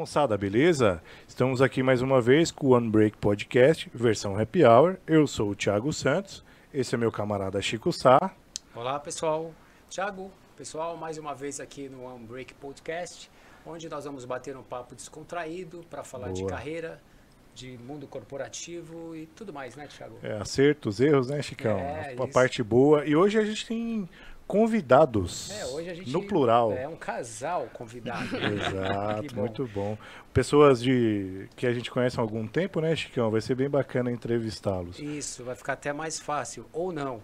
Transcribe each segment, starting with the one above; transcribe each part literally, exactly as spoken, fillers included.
moçada, beleza? Estamos aqui mais uma vez com o One Break Podcast, versão Happy Hour. Eu sou o Thiago Santos, esse é meu camarada Chico Sá. Olá pessoal, Thiago, pessoal, mais uma vez aqui no One Break Podcast, onde nós vamos bater um papo descontraído para falar Boa. de carreira, de mundo corporativo e tudo mais, né, Thiago? É, acertos, erros, né, Chicão? É, a isso. parte boa. E hoje a gente tem convidados, É, hoje a gente no plural. é um casal convidado. Exato, Que bom. muito bom. Pessoas de que a gente conhece há algum tempo, né, Chicão? Vai ser bem bacana entrevistá-los. Isso, vai ficar até mais fácil, ou não.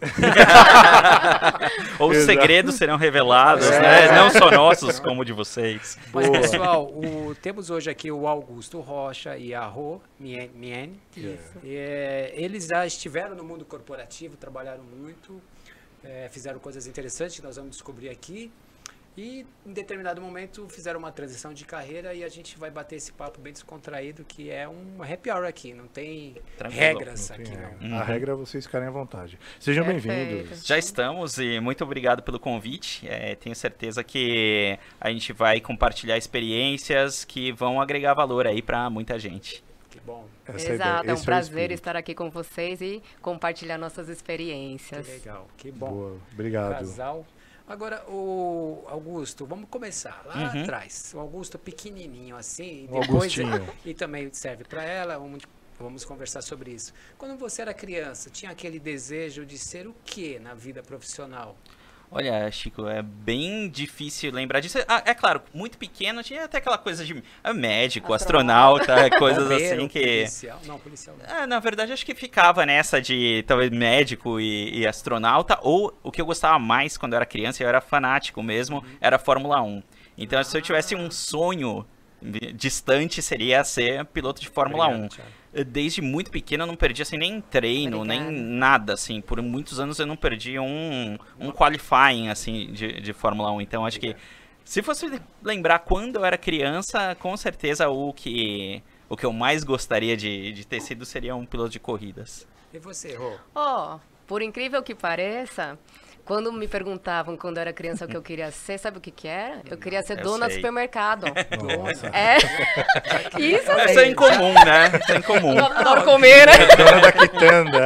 Ou os Exato. segredos serão revelados, É. né? Não só nossos, como de vocês. Mas Boa. pessoal, o- temos hoje aqui o Augusto Rocha e a Rô Mien. Mien. É, eles já estiveram no mundo corporativo, trabalharam muito, é, fizeram coisas interessantes que nós vamos descobrir aqui. E em determinado momento fizeram uma transição de carreira e a gente vai bater esse papo bem descontraído, que é um happy hour aqui, não tem Tranquilo. regras Não tem aqui regra. não. A regra é vocês ficarem à vontade. Sejam Perfeito. bem-vindos. Já estamos e muito obrigado pelo convite. É, tenho certeza que a gente vai compartilhar experiências que vão agregar valor aí para muita gente. Que bom, Essa é a Exato, ideia. é um Esse o prazer espírito. estar aqui com vocês e compartilhar nossas que experiências. legal, que bom. Boa, obrigado. Casal. Agora, o Augusto, vamos começar lá Uhum. atrás. O Augusto pequenininho assim, e O depois Augustinho. e também serve para ela. Vamos, vamos conversar sobre isso. Quando você era criança, tinha aquele desejo de ser o quê na vida profissional? Olha, Chico, é bem difícil lembrar disso. Ah, é claro, muito pequeno tinha até aquela coisa de ah, médico, astronauta, coisas Bombeiro, assim que... policial? Não, policial não. Ah, na verdade, acho que ficava nessa de talvez médico e, e astronauta, ou o que eu gostava mais quando eu era criança, eu era fanático mesmo, era Fórmula um. Então, se eu tivesse um sonho distante, seria ser piloto de Fórmula Obrigado, um. Thiago. Desde muito pequeno eu não perdi assim nem treino, nem Obrigada. nada assim. Por muitos anos eu não perdi um, um qualifying assim de, de Fórmula um. Então acho que se fosse lembrar quando eu era criança, com certeza o que o que eu mais gostaria de, de ter sido seria um piloto de corridas. E você, Rô? Ó, por incrível que pareça, quando me perguntavam quando eu era criança o que eu queria ser, sabe o que que era? Eu queria ser Eu dona do sei. supermercado. Nossa. É. Isso Isso é assim. incomum, né? Isso é incomum. Eu adoro comer, né? Dona da quitanda.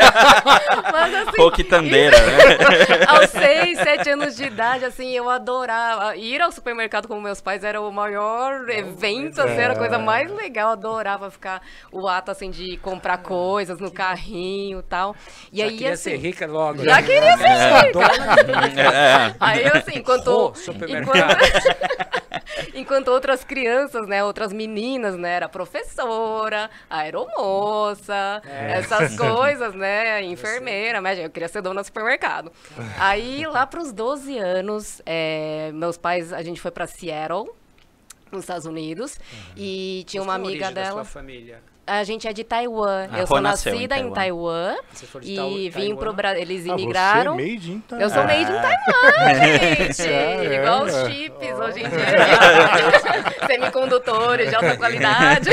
Mas assim, Ou quitandeira, né? aos seis, sete anos de idade, assim, eu adorava. Ir ao supermercado com meus pais era o maior evento, assim, era a coisa mais legal. Eu adorava ficar o ato, assim, de comprar coisas no carrinho e tal. E Já aí, queria assim, ser rica logo. já né? queria ser É, rica. dona É. Aí, assim, enquanto, Rô, supermercado. enquanto, enquanto outras crianças, né, outras meninas, né, era professora, aeromoça, É. essas coisas, né, enfermeira, mas eu queria ser dona do supermercado. Aí, lá para os doze anos, é, meus pais, a gente foi para Seattle, nos Estados Unidos, e tinha Qual uma a amiga origem da dela. sua família? A gente é de Taiwan. A eu Rô sou nasceu em nascida em Taiwan. Taiwan, Você for de e Tau- vim Taiwan? pro Brasil. Eles Ah, imigraram. você é made in Taiwan. Eu sou made in Taiwan, gente! É, Igual os é. chips hoje em dia. Semicondutores de alta qualidade.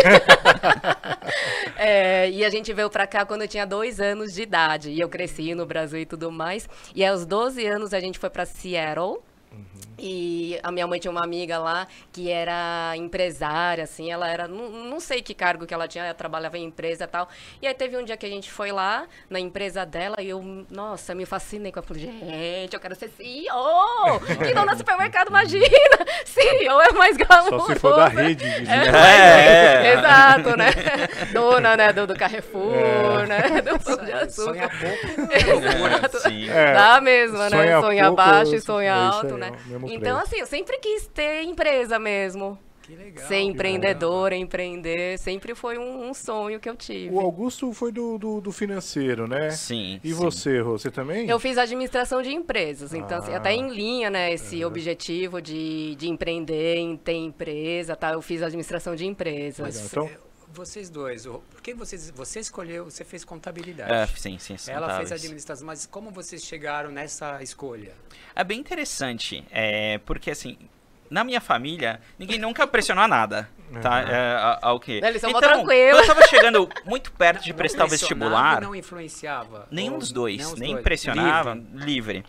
É, e a gente veio pra cá quando eu tinha dois anos de idade. E eu cresci no Brasil e tudo mais. E aos doze anos a gente foi pra Seattle. E a minha mãe tinha uma amiga lá que era empresária, assim, ela era, não, não sei que cargo que ela tinha, ela trabalhava em empresa e tal. E aí teve um dia que a gente foi lá na empresa dela e eu, nossa, me fascinei com ela. Falei, gente, eu quero ser C E O! Que dona supermercado, imagina! C E O é mais glamuroso. Só se for da rede. De... É, É, é. Exato, né? Dona, né, do, do Carrefour, É. né? Do Pão de Sonha Açúcar. pouco. Exato. Sim. É, Dá mesmo, né? sonha Sonha pouco, baixo e sonha é isso alto, aí, né? é o mesmo Então, preço. assim, eu sempre quis ter empresa mesmo. Que legal. Ser empreendedora, empreender, sempre foi um, um sonho que eu tive. O Augusto foi do, do, do financeiro, né? Sim. E sim. você, Rô, você também? Eu fiz administração de empresas, então, assim, Ah. até em linha, né, esse objetivo de, de empreender, em ter empresa, tá? Eu fiz administração de empresas. Mas Então- eh, vocês dois, o- por que vocês, você escolheu, você fez contabilidade? É, sim, sim. são Ela fez notáveis. administração, mas como vocês chegaram nessa escolha? É bem interessante, é, porque assim, na minha família, ninguém nunca pressionou a nada, tá? É, a- ao que... Eles são mó então, tranquilos. eu tava chegando muito perto de Não prestar o pressionava vestibular, e não influenciava? nenhum Ou- dos dois, nem os nem dois. pressionava, Livre. livre.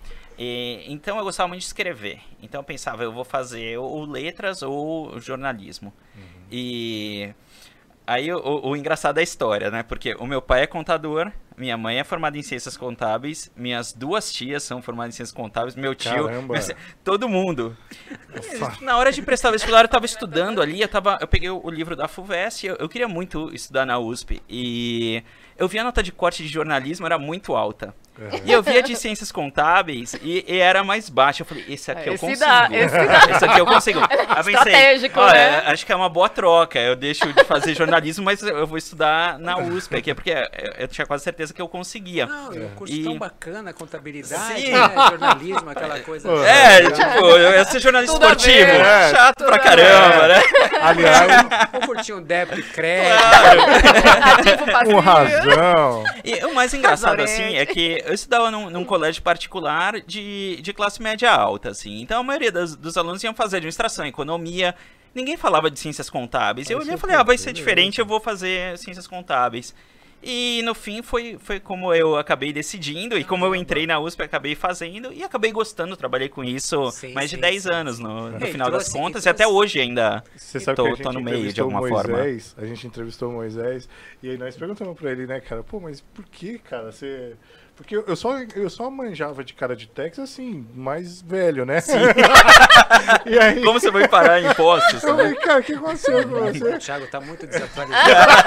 E, então eu gostava muito de escrever. Então eu pensava, eu vou fazer ou letras ou jornalismo. Uhum. E aí o, o, o engraçado é a história, né? Porque o meu pai é contador, minha mãe é formada em ciências contábeis, minhas duas tias são formadas em ciências contábeis, meu tio, meu, todo mundo. E, na hora de prestar vestibular eu estava estudando ali, eu, tava, eu peguei o, o livro da FUVEST, eu, eu queria muito estudar na U S P. E eu vi a nota de corte de jornalismo, era muito alta. Uhum. E eu via de ciências contábeis e, e era mais baixo. Eu falei, esse aqui eu esse consigo. Dá, esse, dá. esse aqui eu consigo. Eu pensei, estratégico, ó, né? Acho que é uma boa troca. Eu deixo de fazer jornalismo, mas eu vou estudar na U S P aqui, porque eu tinha quase certeza que eu conseguia. Não, é um curso e... tão bacana, contabilidade, Sim. né? Jornalismo, aquela coisa. É, tipo, eu ia ser jornalista Tudo a esportivo. ver, é. Chato Tudo pra a caramba, né? Aliás, Vou curtir um débito e crédito. Ativo, passivo. com razão. E o mais engraçado, Adorei. assim, é que eu estudava num, num colégio particular de, de classe média alta, assim. Então a maioria das, dos alunos iam fazer administração, economia. Ninguém falava de ciências contábeis. Eu olhei e falei, ah, vai ser diferente, eu vou fazer ciências contábeis. E no fim foi, foi como eu acabei decidindo, e como eu entrei na U S P, acabei fazendo, e acabei gostando, trabalhei com isso Sim, mais de sim, dez sim, anos sim. no, no É, final das trouxe- contas, e e até trouxe- hoje ainda Você sabe tô, que a gente tô no meio de entrevistou o alguma forma. Moisés, a gente entrevistou o Moisés, e aí nós perguntamos pra ele, né, cara, pô, mas por que, cara, você... Porque eu eu só, eu só manjava de cara de Texas, assim, mais velho, né? E aí, Como você vai parar em impostos? eu né? falei, cara, o que aconteceu com você? O Thiago tá muito desatualizado.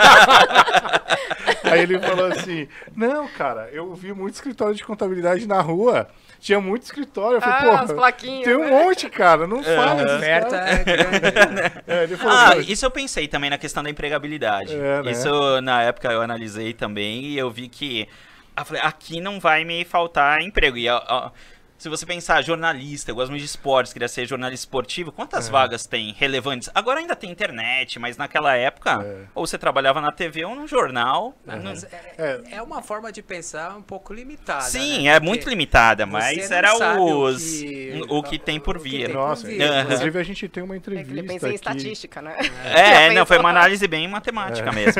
Aí ele falou assim, não, cara, eu vi muito escritório de contabilidade na rua, tinha muito escritório, eu falei, Ah, as pô, plaquinhas, tem um né? monte, cara, não fala A desses oferta caras. é grande. É, ele falou, Ah, "Pô, isso eu pensei também na questão da empregabilidade. É, né? Isso na época eu analisei também e eu vi que eu falei, aqui não vai me faltar emprego. E ó, ó, se você pensar, jornalista, eu gosto muito de esportes, queria ser jornalista esportivo, quantas É. vagas tem relevantes? Agora ainda tem internet, mas naquela época, É. ou você trabalhava na T V ou no jornal. Não, Não- mas é, É. é uma forma de pensar um pouco limitada. Sim, né? é Porque muito limitada, você mas não era sabe o os, que- o que tem por o que vir. tem. Nossa, Inclusive, você- inclusive a gente tem uma É que ele entrevista pensa em aqui. estatística, né? É, Já não, foi pensou? uma análise bem matemática mesmo.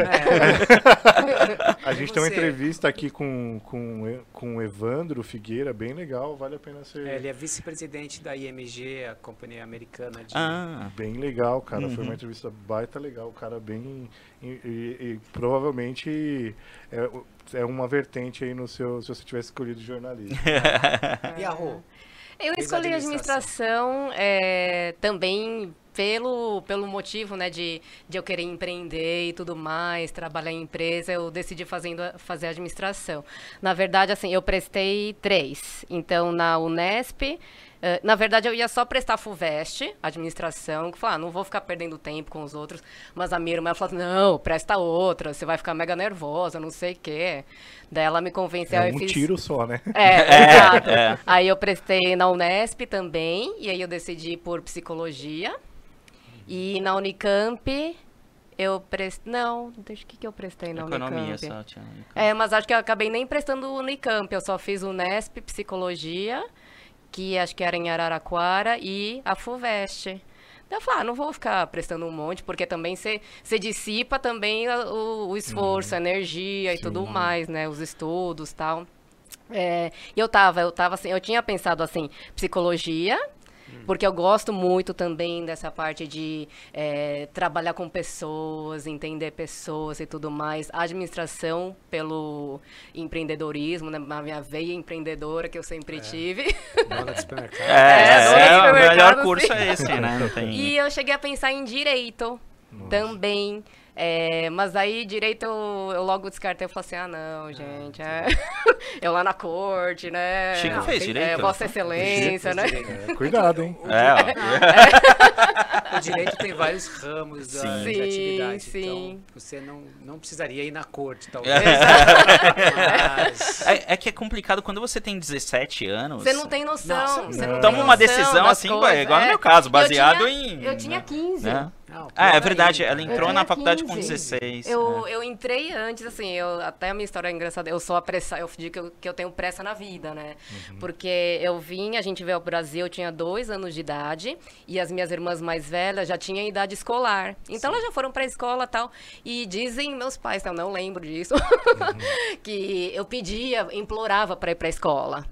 É, A gente tem uma Você- entrevista aqui com, com, com o Evandro Figueira, bem legal, vale a pena ser é, ele é vice-presidente da I M G, a companhia americana de... Ah, bem legal, cara. Foi Uhum. uma entrevista baita legal, o cara bem. E, e- e provavelmente é, é uma vertente aí no seu. Se você tivesse escolhido jornalismo. E a Rô? Eu Fez escolhi administração. administração é, também pelo, pelo motivo, né, de, de eu querer empreender e tudo mais, trabalhar em empresa, eu decidi fazendo, fazer administração. Na verdade, assim, eu prestei três. Então, na Unesp, eh, na verdade, eu ia só prestar FUVEST, administração, que falei, ah, não vou ficar perdendo tempo com os outros, mas a minha irmã falou, não, presta outra, você vai ficar mega nervosa, não sei o quê. Daí ela me convenceu, É eu um fiz... tiro só, né? É, exato. é. Aí eu prestei na Unesp também, e aí eu decidi por psicologia. E na Unicamp, eu prestei... Não, deixa o que, que eu prestei na economia Unicamp. só tinha. É, mas acho que eu acabei nem prestando o Unicamp, eu só fiz o Unesp, psicologia, que acho que era em Araraquara, e a FUVEST. Daí eu falei, ah, não vou ficar prestando um monte, porque também você dissipa também a- o, o esforço, a energia e tudo mais, né? Os estudos e tal. É, e eu tava, eu tava assim, eu tinha pensado assim, psicologia, porque eu gosto muito também dessa parte de é, trabalhar com pessoas, entender pessoas e tudo mais. A administração pelo empreendedorismo, né? A minha veia empreendedora que eu sempre tive. Dona de supermercado. É, É, dono de é, o melhor supermercado, curso sim. é esse, né? Não tem... E eu cheguei a pensar em direito também. É, mas aí, direito, eu, eu logo descartei. Eu falei assim, ah, não, gente. é- eu lá na corte, né? Chico Não, fez tem- direito? É, Vossa Excelência, né? É, cuidado, hein? É, ó. O direito tem vários ramos da, Sim. de atividade, Sim, então você não, não precisaria ir na corte, talvez. Mas, É, é que é complicado quando você tem dezessete anos. Você não tem noção. Não, você não Toma tem uma noção decisão das assim, coisas, igual no é. meu caso, Eu baseado tinha- em. Eu tinha quinze. Né? não, Ah, é pior verdade. ainda. Ela Eu entrou tinha na faculdade com quinze. dezesseis. Eu, é. eu entrei antes, assim, eu, até a minha história é engraçada. Eu sou apressada, eu digo que eu, que eu tenho pressa na vida, né? Porque eu vim, a gente veio ao Brasil, eu tinha dois anos de idade, e as minhas irmãs mais velhas já tinham idade escolar. Então elas já foram pra escola e tal. E dizem meus pais, não, não lembro disso, que eu pedia, implorava pra ir pra escola.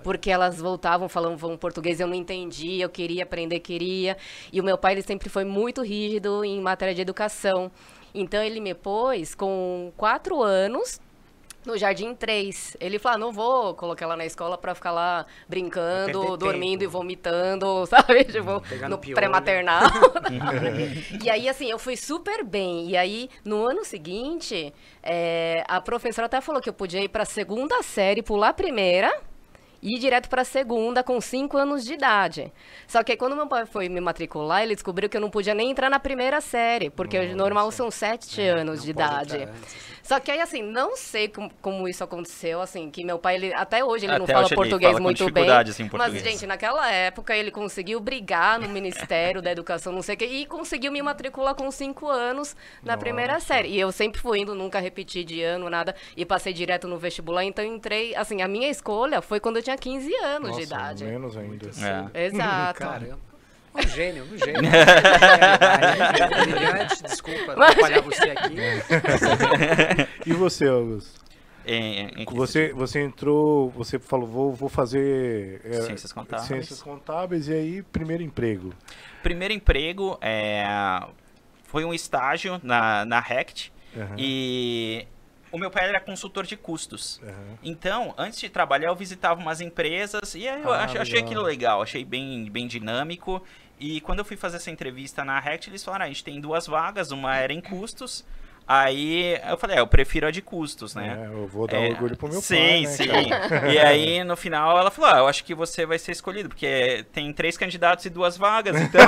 porque elas voltavam falando português, eu não entendia, eu queria aprender, queria. E o meu pai, ele sempre foi muito rígido em matéria de educação. Então, ele me pôs com quatro anos no Jardim três. Ele falou, ah, não vou colocar ela na escola pra ficar lá brincando, dormindo tempo. E vomitando, sabe? Tipo, no pré-maternal. E aí, assim, eu fui super bem. E aí, no ano seguinte, é, a professora até falou que eu podia ir pra segunda série, pular a primeira e ir direto para a segunda com cinco anos de idade. Só que aí, quando meu pai foi me matricular, ele descobriu que eu não podia nem entrar na primeira série, porque o normal são sete é, anos de idade. Só que aí, assim, não sei como, como isso aconteceu, assim, que meu pai, ele, até hoje, ele até não fala português fala muito bem. Assim, mas, gente, naquela época, ele conseguiu brigar no Ministério da Educação, não sei o quê, e conseguiu me matricular com cinco anos na Nossa. primeira série. E eu sempre fui indo, nunca repeti de ano, nada, e passei direto no vestibular. Então, entrei, assim, a minha escolha foi quando eu tinha quinze anos Nossa, de idade. Menos ainda. É. Exato. Caramba. Um gênio, um gênio. Brilhante, desculpa atrapalhar você aqui. E você, Augusto? Em, em você, você entrou, você falou, vou, vou fazer é, ciências contábeis. ciências contábeis, e aí, primeiro emprego? Primeiro emprego é, foi um estágio na, na Rect, uhum. E o meu pai era consultor de custos. Uhum. Então, antes de trabalhar, eu visitava umas empresas e aí eu ah, achei, achei aquilo legal, achei bem, bem dinâmico. E quando eu fui fazer essa entrevista na Rect, eles falaram, ah, a gente tem duas vagas, uma era em custos. Aí eu falei, é, eu prefiro a de custos, né? É, eu vou dar é, orgulho pro meu sim, pai, Sim, né, sim. E aí, no final, ela falou, ah, eu acho que você vai ser escolhido, porque tem três candidatos e duas vagas, então...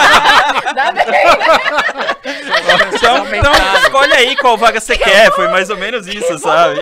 então, então, escolhe aí qual vaga você quer, foi mais ou menos isso, sabe?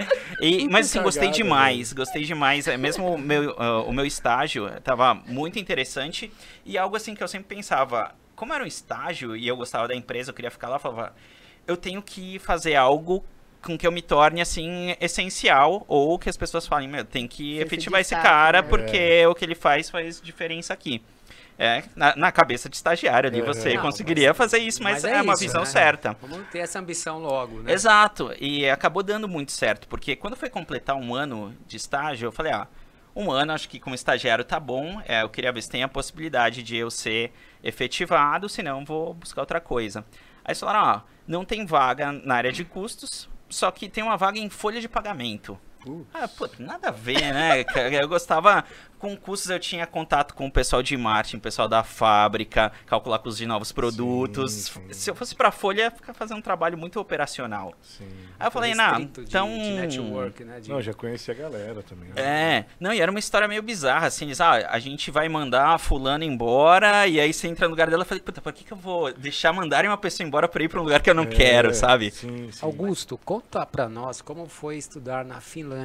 E, mas assim, gostei demais, gostei demais. Mesmo o meu, uh, o meu estágio estava muito interessante e algo assim que eu sempre pensava, como era um estágio e eu gostava da empresa, eu queria ficar lá, eu falava... eu tenho que fazer algo com que eu me torne, assim, essencial, ou que as pessoas falem, meu, tem que se efetivar se destaca, esse cara, né? Porque é. o que ele faz faz diferença aqui. É, na, na cabeça de estagiário ali, é, você não, conseguiria mas, fazer isso, mas, mas é, é uma isso, visão né? certa. Vamos ter essa ambição logo, né? Exato, e acabou dando muito certo, porque quando foi completar um ano de estágio, eu falei, ah, um ano, acho que como estagiário tá bom, é, eu queria ver se tem a possibilidade de eu ser efetivado, senão vou buscar outra coisa. Aí eles falaram, ó, não tem vaga na área de custos, só que tem uma vaga em folha de pagamento. Uh. Ah, pô, nada a ver, né? Eu gostava, com custos eu tinha contato com o pessoal de marketing, o pessoal da fábrica, calcular custos de novos produtos. Sim, sim. Se eu fosse pra folha, ia ficar fazendo um trabalho muito operacional. Sim. Aí eu falei, não, então... De, de network, né? De... Não, já conheci a galera também. Né? É, não, e era uma história meio bizarra, assim, diz, ah, a gente vai mandar a fulana embora, e aí você entra no lugar dela e fala, puta, por que que eu vou deixar mandarem uma pessoa embora pra ir pra um lugar que eu não é, quero, sabe? Sim, sim. Augusto, conta pra nós como foi estudar na Finlândia.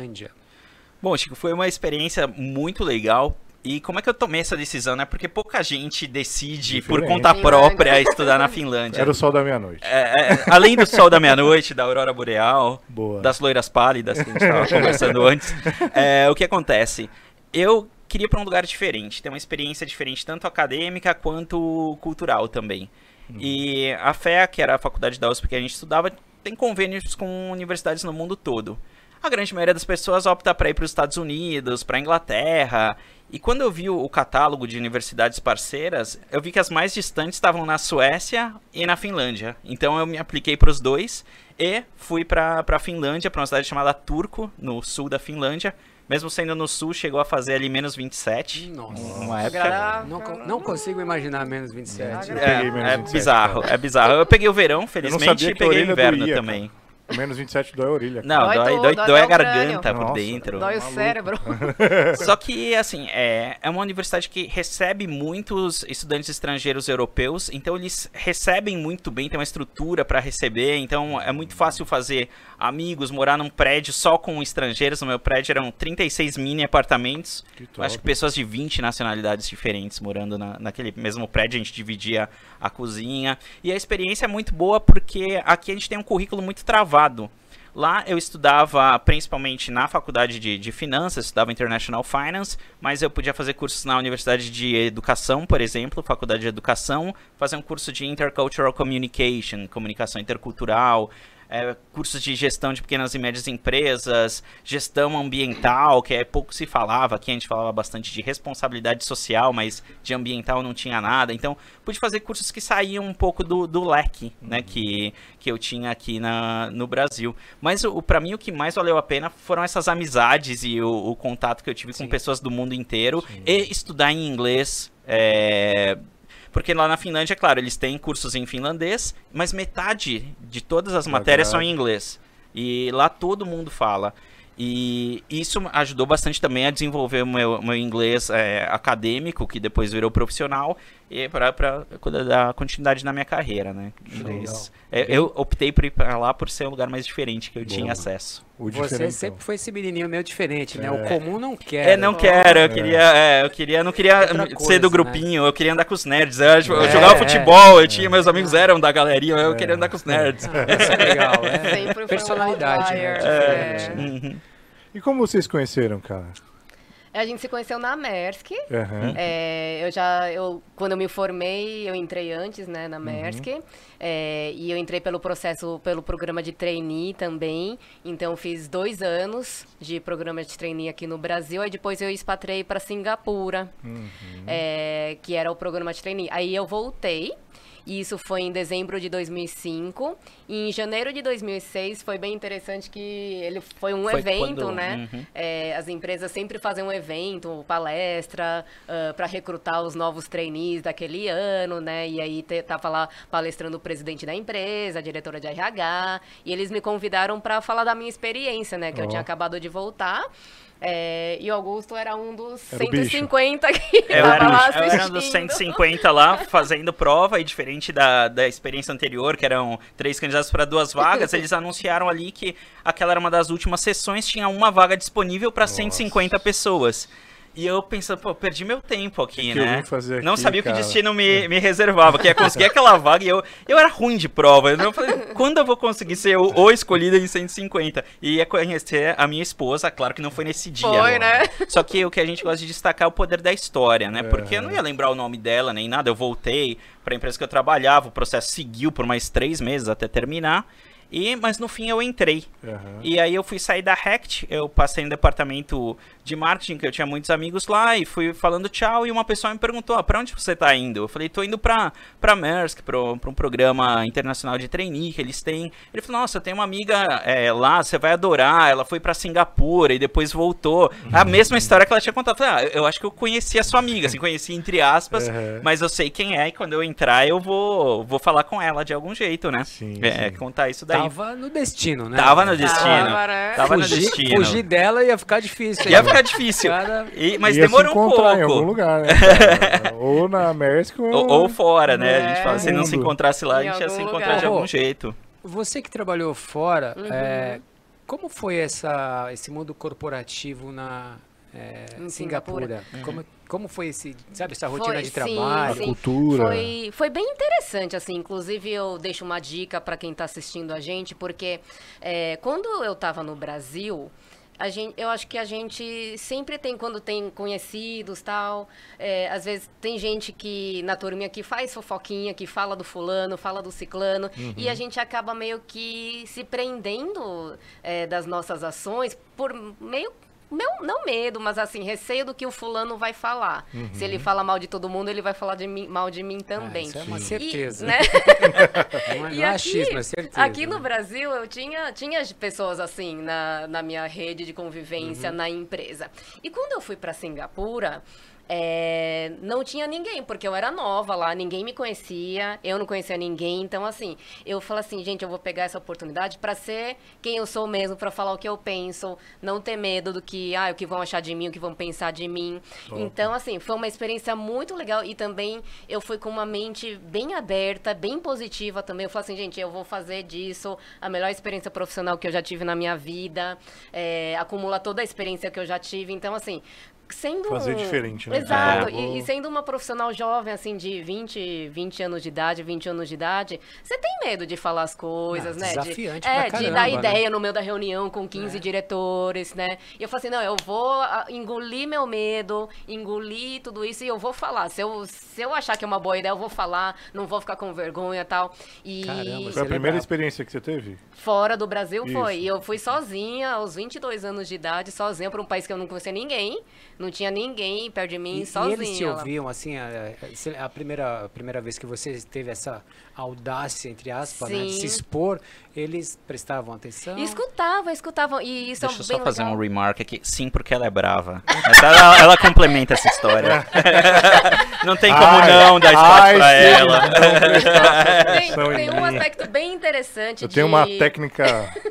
Bom, Chico, foi uma experiência muito legal. E como é que eu tomei essa decisão, né? Porque pouca gente decide Diferente. por conta própria estudar na Finlândia. Era o sol da meia-noite. É, é, além do sol da meia-noite, da aurora boreal, Boa. das loiras pálidas que a gente estava conversando antes. É, o que acontece? Eu queria ir para um lugar diferente, ter uma experiência diferente, tanto acadêmica quanto cultural também. Hum. E a F E A, que era a faculdade da U S P que a gente estudava, tem convênios com universidades no mundo todo. A grande maioria das pessoas opta para ir para os Estados Unidos, para a Inglaterra. E quando eu vi o catálogo de universidades parceiras, eu vi que as mais distantes estavam na Suécia e na Finlândia. Então eu me apliquei para os dois e fui para a Finlândia, para uma cidade chamada Turku, no sul da Finlândia. Mesmo sendo no sul, chegou a fazer ali menos vinte e sete. Nossa. Uma época... Não, não consigo imaginar menos vinte e sete. É, é bizarro, é bizarro. Eu peguei o verão, felizmente, e peguei o inverno doía, também. Cara. Menos vinte e sete dói a orelha. Não, dói, dói, dói, dói, dói a garganta por Nossa, dentro. Dói o cérebro. Só que, assim, é, é uma universidade que recebe muitos estudantes estrangeiros europeus, então eles recebem muito bem, tem uma estrutura para receber, então é muito fácil fazer amigos, morar num prédio só com estrangeiros. No meu prédio eram trinta e seis mini apartamentos, que acho que pessoas de vinte nacionalidades diferentes morando na, naquele mesmo prédio, a gente dividia a cozinha. E a experiência é muito boa porque aqui a gente tem um currículo muito travado. Lá eu estudava principalmente na faculdade de, de finanças, estudava International Finance, mas eu podia fazer cursos na Universidade de Educação, por exemplo, faculdade de Educação, fazer um curso de Intercultural Communication, comunicação intercultural. é, cursos de gestão de pequenas e médias empresas, gestão ambiental, que é pouco se falava, aqui a gente falava bastante de responsabilidade social, mas de ambiental não tinha nada. Então, pude fazer cursos que saíam um pouco do, do leque, uhum. né, que, que eu tinha aqui na, no Brasil. Mas, o, para mim, o que mais valeu a pena foram essas amizades e o, o contato que eu tive Sim. com pessoas do mundo inteiro Sim. e estudar em inglês. É, porque lá na Finlândia, é claro, eles têm cursos em finlandês, mas metade de todas as matérias são em inglês. E lá todo mundo fala. E isso ajudou bastante também a desenvolver o meu, meu inglês é, acadêmico, que depois virou profissional, e para dar continuidade na minha carreira, né? Mas, é, eu optei por ir para lá por ser um lugar mais diferente, que eu Bom, tinha acesso. Você sempre foi esse menininho meio diferente, né? É. O comum não quer. É, não quero. Eu queria, é, eu queria, não queria coisa, ser do grupinho, né? Eu queria andar com os nerds. Eu, eu é, jogava futebol, eu tinha, meus amigos eram da galerinha, eu é. queria andar com os nerds. Ah, isso é legal, é. Sempre personalidade, né? É. Uhum. E como vocês conheceram, cara? A gente se conheceu na Maersk. Uhum. É, eu já, eu, quando eu me formei, eu entrei antes, né, na Maersk. Uhum. É, e eu entrei pelo processo, pelo programa de trainee também. Então, fiz dois anos de programa de trainee aqui no Brasil. Aí, depois, eu expatriei para Singapura, uhum. é, que era o programa de trainee. Aí, eu voltei. E isso foi em dezembro de dois mil e cinco. E em janeiro de dois mil e seis foi bem interessante que ele foi um foi evento, quando... né? Uhum. É, as empresas sempre fazem um evento, palestra, uh, para recrutar os novos trainees daquele ano, né? E aí te, tava lá palestrando o presidente da empresa, a diretora de R H. E eles me convidaram para falar da minha experiência, né? Que oh. eu tinha acabado de voltar. É, e o Augusto era um dos era cento e cinquenta que eu era, lá assistindo. Eu era um dos cento e cinquenta lá, fazendo prova, e diferente da, da experiência anterior, que eram três candidatos para duas vagas, eles anunciaram ali que aquela era uma das últimas sessões, tinha uma vaga disponível para cento e cinquenta pessoas. E eu pensando, pô, perdi meu tempo aqui, que né? Que aqui, não sabia cara? que o destino me, me reservava, que ia conseguir aquela vaga, e eu, eu era ruim de prova. Eu falei, quando eu vou conseguir ser o, o escolhido em cento e cinquenta? E ia conhecer a minha esposa, claro que não foi nesse dia. Foi, né? Só que o que a gente gosta de destacar é o poder da história, né? Porque eu não ia lembrar o nome dela nem nada, eu voltei para a empresa que eu trabalhava, o processo seguiu por mais três meses até terminar. E, mas no fim eu entrei. Uhum. E aí eu fui sair da Rect, eu passei no departamento de marketing, que eu tinha muitos amigos lá, e fui falando tchau, e uma pessoa me perguntou, ah, pra onde você tá indo? Eu falei, tô indo pra, pra Maersk, pro, pra um programa internacional de trainee que eles têm. Ele falou, nossa, eu tenho uma amiga é, lá, você vai adorar, ela foi pra Singapura e depois voltou. Uhum. A mesma história que ela tinha contado. Eu falei, ah, eu acho que eu conheci a sua amiga, assim, conheci entre aspas, uhum. mas eu sei quem é, e quando eu entrar eu vou, vou falar com ela de algum jeito, né? Sim, é, sim. Tava isso daí. Tava no destino, né? Tava no destino. Tava, Tava fugir, no destino. Fugir dela ia ficar difícil. Ia ficar difícil. Cara... E, mas ia demorou se um pouco. Em algum lugar, né, ou na Maersk ou... ou... Ou fora, né? É, a gente fala, se não se encontrasse lá, em a gente ia se encontrar lugar. de algum jeito. Você que trabalhou fora, uhum. é, como foi essa, esse mundo corporativo na é, em Singapura? Singapura. Uhum. Como, como foi esse, sabe, essa rotina foi, de sim, trabalho? sim. A cultura. Foi, foi bem interessante, assim. Inclusive, eu deixo uma dica para quem está assistindo a gente, porque é, quando eu estava no Brasil... A gente, eu acho que a gente sempre tem, quando tem conhecidos, tal, é, às vezes tem gente que na turminha que faz fofoquinha, que fala do fulano, fala do ciclano, uhum. e a gente acaba meio que se prendendo é, das nossas ações por meio... Meu, não medo, mas assim, receio do que o fulano vai falar. Uhum. Se ele fala mal de todo mundo, ele vai falar de mim, mal de mim também. Ah, isso é uma certeza. E, né? Não é, e não é aqui, achismo, é certeza. Aqui no Brasil, eu tinha, tinha pessoas assim na, na minha rede de convivência, uhum. na empresa. E quando eu fui para Singapura... É, não tinha ninguém, porque eu era nova lá, ninguém me conhecia, eu não conhecia ninguém, então assim, eu falo assim, gente, eu vou pegar essa oportunidade para ser quem eu sou mesmo, para falar o que eu penso, não ter medo do que, ah, o que vão achar de mim, o que vão pensar de mim. Top. Então, assim, foi uma experiência muito legal e também eu fui com uma mente bem aberta, bem positiva também. Eu falo assim, gente, eu vou fazer disso a melhor experiência profissional que eu já tive na minha vida, é, acumular toda a experiência que eu já tive. Então, assim, sendo Fazer um- diferente, né? Exato. É. E, e sendo uma profissional jovem, assim, de vinte, vinte anos de idade, vinte anos de idade, você tem medo de falar as coisas, Ah, né? De- desafiante é, pra de caramba, dar né? ideia no meio da reunião com quinze diretores, né? E eu falei assim, não, eu vou ah, engolir meu medo, engolir tudo isso e eu vou falar. Se eu, se eu achar que é uma boa ideia, eu vou falar, não vou ficar com vergonha e tal. E Caramba, Foi a Você primeira lembrava? experiência que você teve? fora do Brasil Isso. foi. E eu fui sozinha, aos vinte e dois anos de idade, sozinha, para um país que eu não conhecia ninguém. Não tinha ninguém perto de mim, E, sozinha. e eles te lá. ouviam, assim, a, a- a primeira, a primeira vez que você teve essa audácia, entre aspas, né, de se Sim. expor, eles prestavam atenção? E escutavam, escutavam. E isso Deixa eu é bem só fazer legal. um remark aqui. Sim, porque ela é brava. Mas ela, ela complementa essa história. Não tem como Ai, não dar espaço ai, pra sim, ela. não prestar Tem, atenção em tem um mim. aspecto bem interessante Eu de... tenho uma técnica.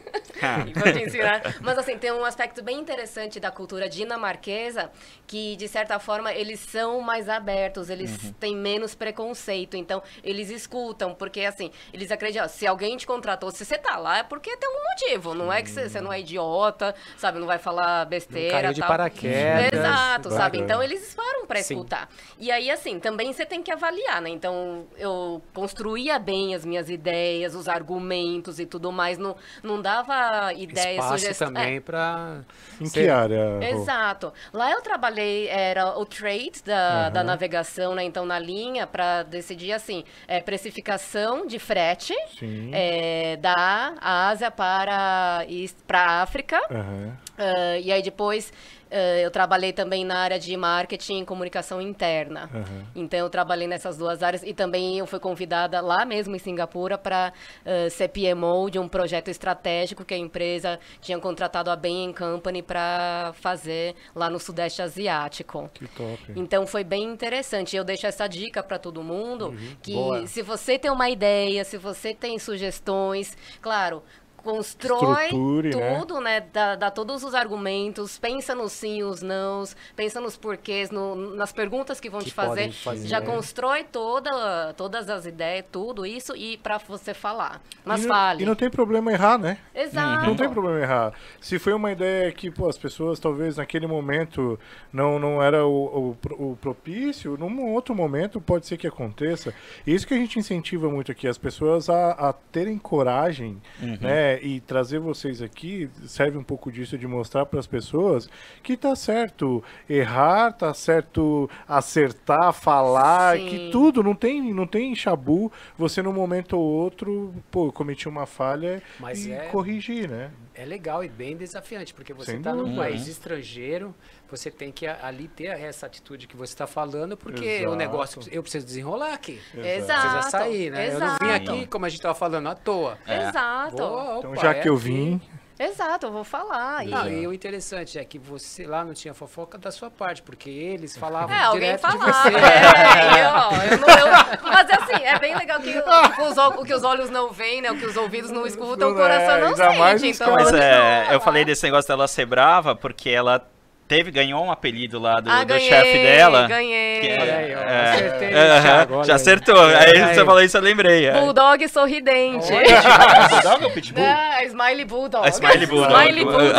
Vou te ensinar. Mas assim, tem um aspecto bem interessante da cultura dinamarquesa que, de certa forma, eles são mais abertos, eles têm menos preconceito. Então, eles escutam, porque assim, eles acreditam, ó, se alguém te contratou, se você tá lá, é porque tem um motivo. Não é que você, você não é idiota, sabe? Não vai falar besteira. Não caiu de tal. paraquedas. Exato, sabe? Bacana. Então, eles param pra Sim. escutar. E aí, assim, também você tem que avaliar, né? Então, eu construía bem as minhas ideias, os argumentos e tudo mais. Não, não dava ideias, Espaço sugestões. também para... Em que área? Rô? Exato. Lá eu trabalhei, era o trade da, da navegação, né? Então, na linha, para decidir, assim, é, precificação de frete Sim. é, da Ásia para a África. Aham. Ah, e aí depois ah, eu trabalhei também na área de marketing e comunicação interna. Aham. Então eu trabalhei nessas duas áreas e também eu fui convidada lá mesmo em Singapura para ser P M O de um projeto estratégico que a empresa tinha contratado a Bain Company para fazer lá no Sudeste Asiático. Que top. Então foi bem interessante. Eu deixo essa dica para todo mundo que Boa. se você tem uma ideia, se você tem sugestões, claro, constrói Estruture, né? tudo, né? Dá, dá todos os argumentos, pensa nos sim, os nãos, pensa nos porquês, no- nas perguntas que vão Que te fazer. podem fazer. Já constrói toda, todas as ideias, tudo isso e para você falar. Mas e não, fale. E não tem problema errar, né? Exato. Não tem problema errar. Se foi uma ideia que pô, as pessoas talvez naquele momento não, não era o, o, pro- o propício, num outro momento pode ser que aconteça. E isso que a gente incentiva muito aqui, as pessoas a, a terem coragem, né? E trazer vocês aqui serve um pouco disso de mostrar para as pessoas que tá certo errar, tá certo acertar, falar, Sim. que tudo, não tem, não tem chabu, você num momento ou outro, pô, eu cometi uma falha Mas e é- corrigir, né? É legal e bem desafiante, porque você Sem está num dúvida. país estrangeiro, você tem que a- ali ter essa atitude que você está falando, porque Exato. o negócio, eu preciso desenrolar aqui. Exato. Precisa sair, né? Eu não vim Exato. aqui, como a gente estava falando, à toa. Exato. Vou, Então opa, já é que eu aqui. vim, Exato, eu vou falar. E... Não, e o interessante é que você lá não tinha fofoca da sua parte, porque eles falavam É, alguém direto de falava. você. É, eu, ó, eu não, eu- mas assim, é bem legal que o, os ol- o que os olhos não veem, né? O que os ouvidos não escutam, o Não é, coração não ainda mais sente. os Então, Mas eu é, não- eu falei desse negócio dela ser brava porque ela teve, ganhou um apelido lá do, Ah, do ganhei, chefe dela. ganhei. que é- Olha aí, ó, é, acertei, aham, Thiago, olha já aí. acertou. Aí, Aí. você falou isso, eu lembrei. é. Bulldog sorridente. Bulldog ou Pitbull? É, Smiley Bulldog. A Smiley Bulldog. Smiley Bulldog.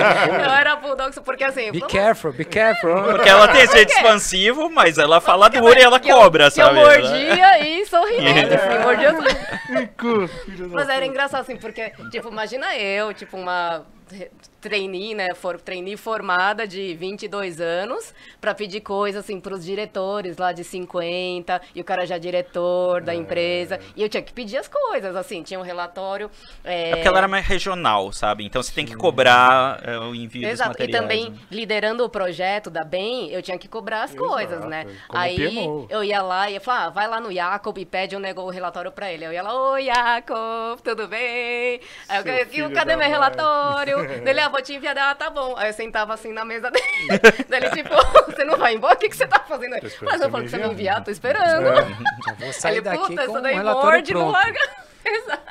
Eu era Bulldog porque assim... Be vamos- careful, be careful. Porque ela tem esse jeito expansivo, mas ela fala que duro e ela que eu- cobra, que eu sabe? mordia e sorridente, assim, mordia... Rico, filho da Mas era engraçado, assim, porque, tipo, imagina eu, tipo, uma trainee, né, for, trainee formada de vinte e dois anos, pra pedir coisa, assim, pros diretores lá de cinquenta, e o cara já é diretor da empresa, e eu tinha que pedir as coisas, assim, tinha um relatório... É, É porque ela era mais regional, sabe? Então você tem que cobrar é, o envio Exato, dos e materiais. também né? liderando o projeto da Bem, eu tinha que cobrar as coisas, né? como Aí P M O. eu ia lá e ia falar, ah, vai lá no Jacob e pede um negócio, o relatório pra ele. Eu ia lá, oi Jacob, tudo bem? Aí Seu eu, filho eu, cadê da meu mãe?" relatório? Dele, ah, vou te enviar, ah, tá bom. Aí eu sentava assim na mesa dele, dele tipo, você não vai embora? O que, que você tá fazendo aí? Tô esperando Mas você eu falo me que você me enviar. enviar, tô esperando. É. Já vou sair Ele, daqui puta, com isso um daí relatório morde, não pronto. larga. Exato. É,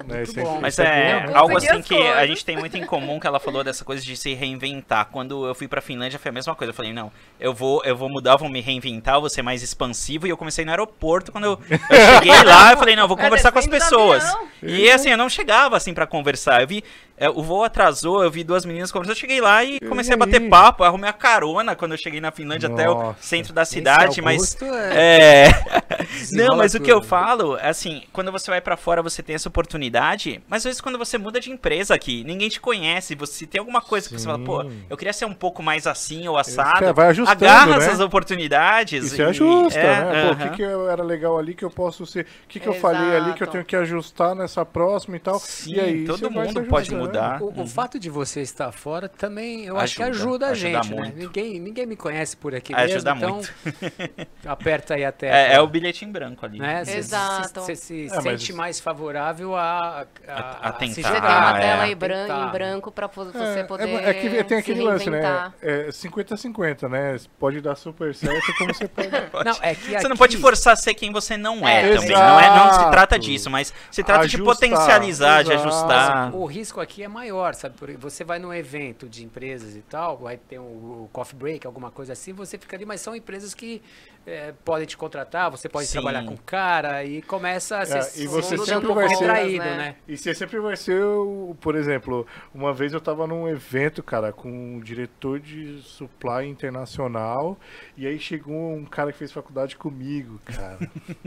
Né? Muito Isso bom. Mas isso é bom, né? algo Conseguir assim as que a coisas. gente tem muito em comum, que ela falou dessa coisa de se reinventar. Quando eu fui pra Finlândia foi a mesma coisa. Eu falei, não, eu vou, eu vou mudar, vou me reinventar, vou ser mais expansivo. E eu comecei no aeroporto, quando eu, eu cheguei lá, eu falei, não, eu vou É, conversar com as descendo do pessoas. avião. E assim, eu não chegava assim pra conversar. Eu vi, é, o voo atrasou, eu vi duas meninas conversando, eu cheguei lá e comecei a bater aí? papo, arrumei a carona quando eu cheguei na Finlândia até o Nossa. centro da Esse cidade, mas... Augusto é- É... Não, desenrola mas o que eu tudo. falo, assim, quando você vai pra fora, você tem essa oportunidade, mas às vezes quando você muda de empresa aqui, ninguém te conhece, você tem alguma coisa que você fala, pô, Sim. eu queria ser um pouco mais assim ou assado, Cara, vai ajustando, agarra né? essas oportunidades. E se ajusta, é, né? Pô, o aham. que, que eu era legal ali que eu posso ser. O que, que eu falei ali que eu Exato. tenho que ajustar nessa próxima e tal. Sim, e aí, todo você vai mundo se pode ajustando. mudar. O, o fato de você estar fora também, eu acho que Ajuda, ajuda a ajuda gente, né? muito. Ninguém, ninguém me conhece por aqui Ajuda mesmo, muito. então aperta aí a tecla. É, é o bilhete em branco ali. Né? Você Exato. se, se É, mas- sente mais favorável a, a, A- a tentar. se Você tem Ah, uma é. tela aí bran- Tentar. em branco pra vo- você É, poder é, é que tem aquele se lance, né? reinventar. É cinquenta a cinquenta, né? Pode dar super certo como você pode. Não, é que Você aqui, não pode forçar a ser quem você não é, É, também. Não, é, não se exato. trata disso, mas se trata de Ajustar, potencializar, de exato. ajustar. O risco aqui é maior, sabe? Porque você vai num evento de empresas e tal, vai ter um, o coffee break, alguma coisa assim, você fica ali, mas são empresas que eh, podem te contratar, você pode Sim. trabalhar com o cara e começa a ser É, e você um sempre pouco vai ser- retraído, né? né? E você sempre vai ser, o, por exemplo, uma vez eu tava num evento, cara, com um diretor de supply internacional, e aí chegou um cara que fez faculdade comigo, cara.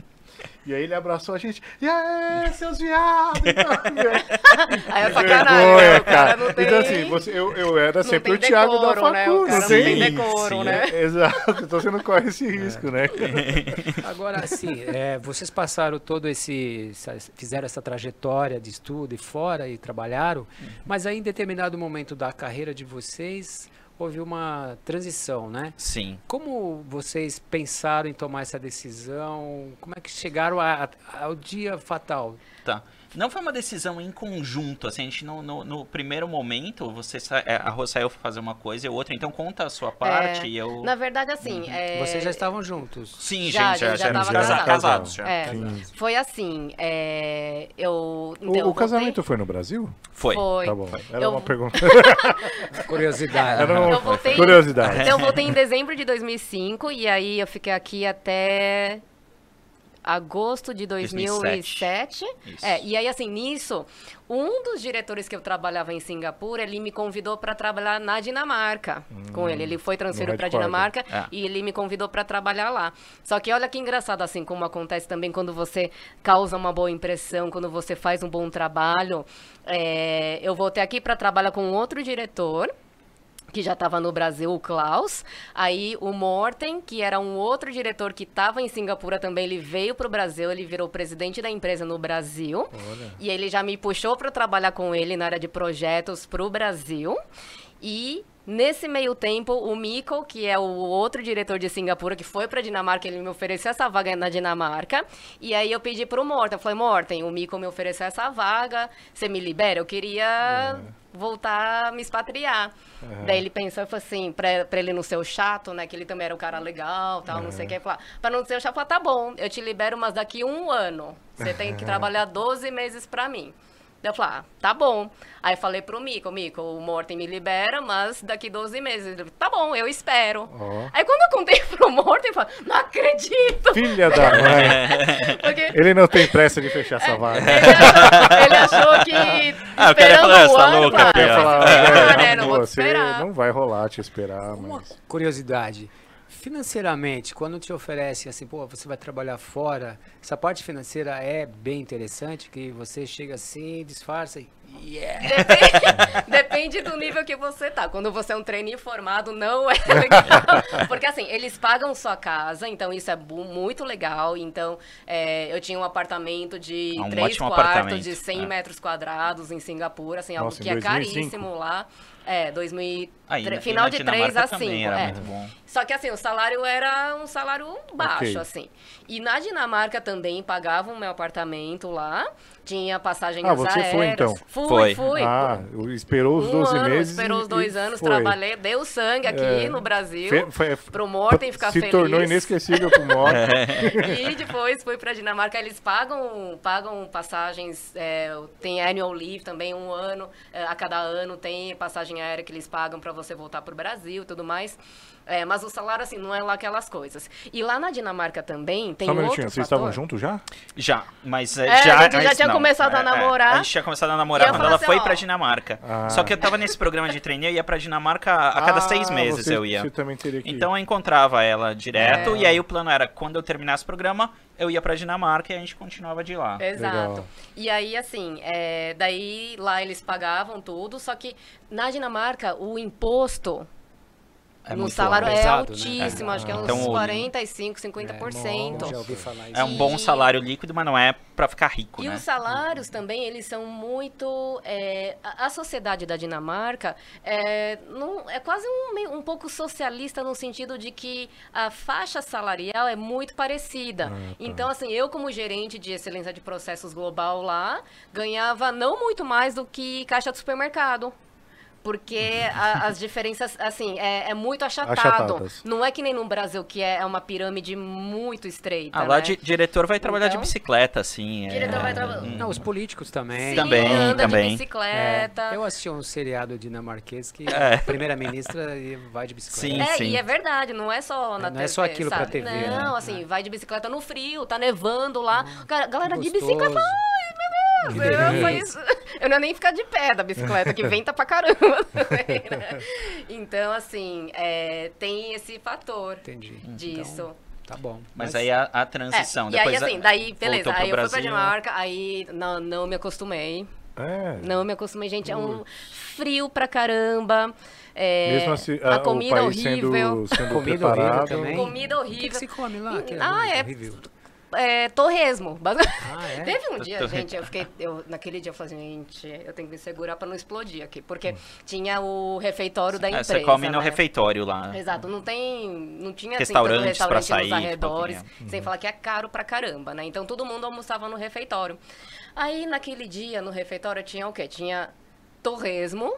E aí ele abraçou a gente, e aí, seus viados! e tal. Aí é Que sacanagem, vergonha, né? O cara não tem... Então assim, você, eu, eu era não sempre tem o Thiago da decoro, né? facu, O cara não não tem? tem Sim, decoro, sim. né? É, exato, então você não corre esse risco, né? Agora, assim, é, vocês passaram todo esse. essa- fizeram essa trajetória de estudo e fora e trabalharam, mas aí em determinado momento da carreira de vocês houve uma transição, né? Sim. Como vocês pensaram em tomar essa decisão? Como é que chegaram a- a- ao dia fatal? Tá. Não foi uma decisão em conjunto, assim, a gente não, no, no primeiro momento, você sa- é, a Rô saiu fazer uma coisa e outra, então conta a sua parte e eu... Na verdade, assim... é, Vocês já estavam juntos. Sim, Já, gente, já, já já éramos tava casa- casado. casados. Já. É, Sim. foi assim, é, eu... O, então, eu o casamento voltei- foi no Brasil? Foi. Foi. Tá bom. Era Eu- uma pergunta. Curiosidade. Era uma Eu voltei- curiosidade. Então, eu voltei em dezembro de dois mil e cinco e aí eu fiquei aqui até agosto de dois mil e sete. Isso. É, e aí, assim, nisso, um dos diretores que eu trabalhava em Singapura, ele me convidou para trabalhar na Dinamarca com ele. Ele foi transferido para headquarter. Dinamarca É. e ele me convidou para trabalhar lá. Só que olha que engraçado, assim, como acontece também quando você causa uma boa impressão, quando você faz um bom trabalho. É, eu voltei aqui para trabalhar com outro diretor, que já estava no Brasil, o Klaus. Aí o Morten, que era um outro diretor que estava em Singapura também, ele veio para o Brasil, ele virou presidente da empresa no Brasil. Olha. E ele já me puxou para trabalhar com ele na área de projetos para o Brasil. E nesse meio tempo, o Mikko, que é o outro diretor de Singapura, que foi para Dinamarca, ele me ofereceu essa vaga na Dinamarca. E aí eu pedi para o Morten, eu falei, Morten, o Mikko me ofereceu essa vaga, você me libera? Eu queria voltar a me expatriar. Daí ele pensou e falou assim, pra, pra ele não ser o chato, né? Que ele também era um cara legal, tal, não sei o que. Falar, pra não ser o chato, falou, tá bom, eu te libero, mas daqui um ano. Você tem que trabalhar doze meses pra mim. Daí eu falei, ah, tá bom. Aí eu falei pro Mikko, Mikko, o Morten me libera, mas daqui doze meses. Ele falou, tá bom, eu espero. Ó. Aí quando eu contei pro Morten, ele falou, não acredito! Filha da mãe. Porque Ele não tem pressa de fechar essa vaga. ele achou, ele achou que Ah, o cara ia esperando falar, um "Você tá ano, louca, claro, Pia?" Eu ia vai falar, se esperar, "É, né? Não vou te você esperar. não vai rolar te esperar, Uma mas... curiosidade. Financeiramente, quando te oferecem assim, pô, você vai trabalhar fora, essa parte financeira é bem interessante, que você chega assim, disfarça e... Yeah. Depende, depende do nível que você tá. Quando você é um trainee formado, não é legal. Porque assim, eles pagam sua casa, então isso é bu- muito legal. Então, é, eu tinha um apartamento de É um três ótimo quartos, apartamento, de cem é. metros quadrados em Singapura, assim, algo Nossa, em que é dois mil e cinco? caríssimo lá. É, dois mil e Aí, tre- na- final e de na três Dinamarca a também cinco. era É. muito bom. Só que assim, o salário era um salário baixo, Ok. assim. E na Dinamarca também pagavam meu apartamento lá. tinha passagens Ah, você aéreas. foi, então? Fui, Foi. fui. Ah, esperou os um doze ano, meses. esperou e- os dois e anos, foi. trabalhei, deu sangue aqui É. no Brasil, Fe- foi- pro Morten ficar Se feliz. tornou inesquecível pro Morten. E depois fui pra Dinamarca, eles pagam, pagam passagens, é, tem annual leave também, um ano, é, a cada ano tem passagem aérea que eles pagam pra você voltar pro Brasil e tudo mais. É, mas o salário, assim, não é lá aquelas coisas. E lá na Dinamarca também tem Só um outro minutinho, vocês fator. estavam juntos já? Já, mas é, É, já... a gente já mas tinha não, começado a é, é, namorar. a gente tinha começado a namorar E eu quando falei ela assim, foi ó, pra Dinamarca. Ah. Só que eu tava nesse programa de treino, eu ia pra Dinamarca a cada Ah, seis meses você- eu ia. Você também teria que ir. Então eu encontrava ela direto, É. e aí o plano era, quando eu terminasse o programa, eu ia pra Dinamarca e a gente continuava de lá. Exato. Legal. E aí, assim, é, daí lá eles pagavam tudo, só que na Dinamarca o imposto É no muito salário alto. é pesado, né? altíssimo, acho que é uns Então, o- quarenta e cinco, cinquenta por cento. É, já ouvi falar isso. É um bom E- salário líquido, mas não é pra ficar rico, E né? os salários também, eles são muito... é, a, a sociedade da Dinamarca é, não, é quase um, meio- um pouco socialista no sentido de que a faixa salarial é muito parecida. Ah, tá. Então, assim, eu como gerente de excelência de processos global lá, ganhava não muito mais do que caixa de supermercado. Porque a- as diferenças, assim, é, é muito achatado. Achatadas. Não é que nem no Brasil, que é uma pirâmide muito estreita, Ah, lá né? de, diretor vai trabalhar Então, de bicicleta, assim. diretor é- vai traba- hum. Não, os políticos também. Sim, Também, anda também. de bicicleta. É, eu assisti um seriado dinamarquês que É. a primeira-ministra vai de bicicleta. Sim, É, sim. e é verdade, não é só na É, não T V, é só aquilo pra sabe? T V, né? Não, assim, vai de bicicleta no frio, tá nevando lá. Cara, galera de Gostoso. bicicleta, ai, meu Deus, eu, só isso- eu não ia nem ficar de pé da bicicleta, que venta pra caramba também, né? Então, assim, é, tem esse fator Entendi. disso. Então, tá bom. Mas aí a, a transição, É, e depois aí, assim, a- daí, beleza, voltou pro aí eu fui pra Brasil. Dinamarca, aí não, não me acostumei. É. Não me acostumei, gente, é um frio pra caramba. É, Mesmo assim, a a- comida o país horrível. sendo, sendo Comida horrível preparado. também. Comida O que, que horrível. se come lá? Que Ah, é- horrível. É, torresmo. basi- Ah, é? Teve um dia, Torresmo. gente, eu fiquei. Eu, naquele dia eu falei, gente, eu tenho que me segurar pra não explodir aqui. Porque tinha o refeitório da É, empresa. você come no né? refeitório lá. Exato, não tem. Não tinha assim, Restaurantes tanto restaurante pra nos sair, arredores. tipo, Sem falar que é caro pra caramba, né? Então todo mundo almoçava no refeitório. Aí naquele dia, no refeitório, tinha o quê? Tinha torresmo.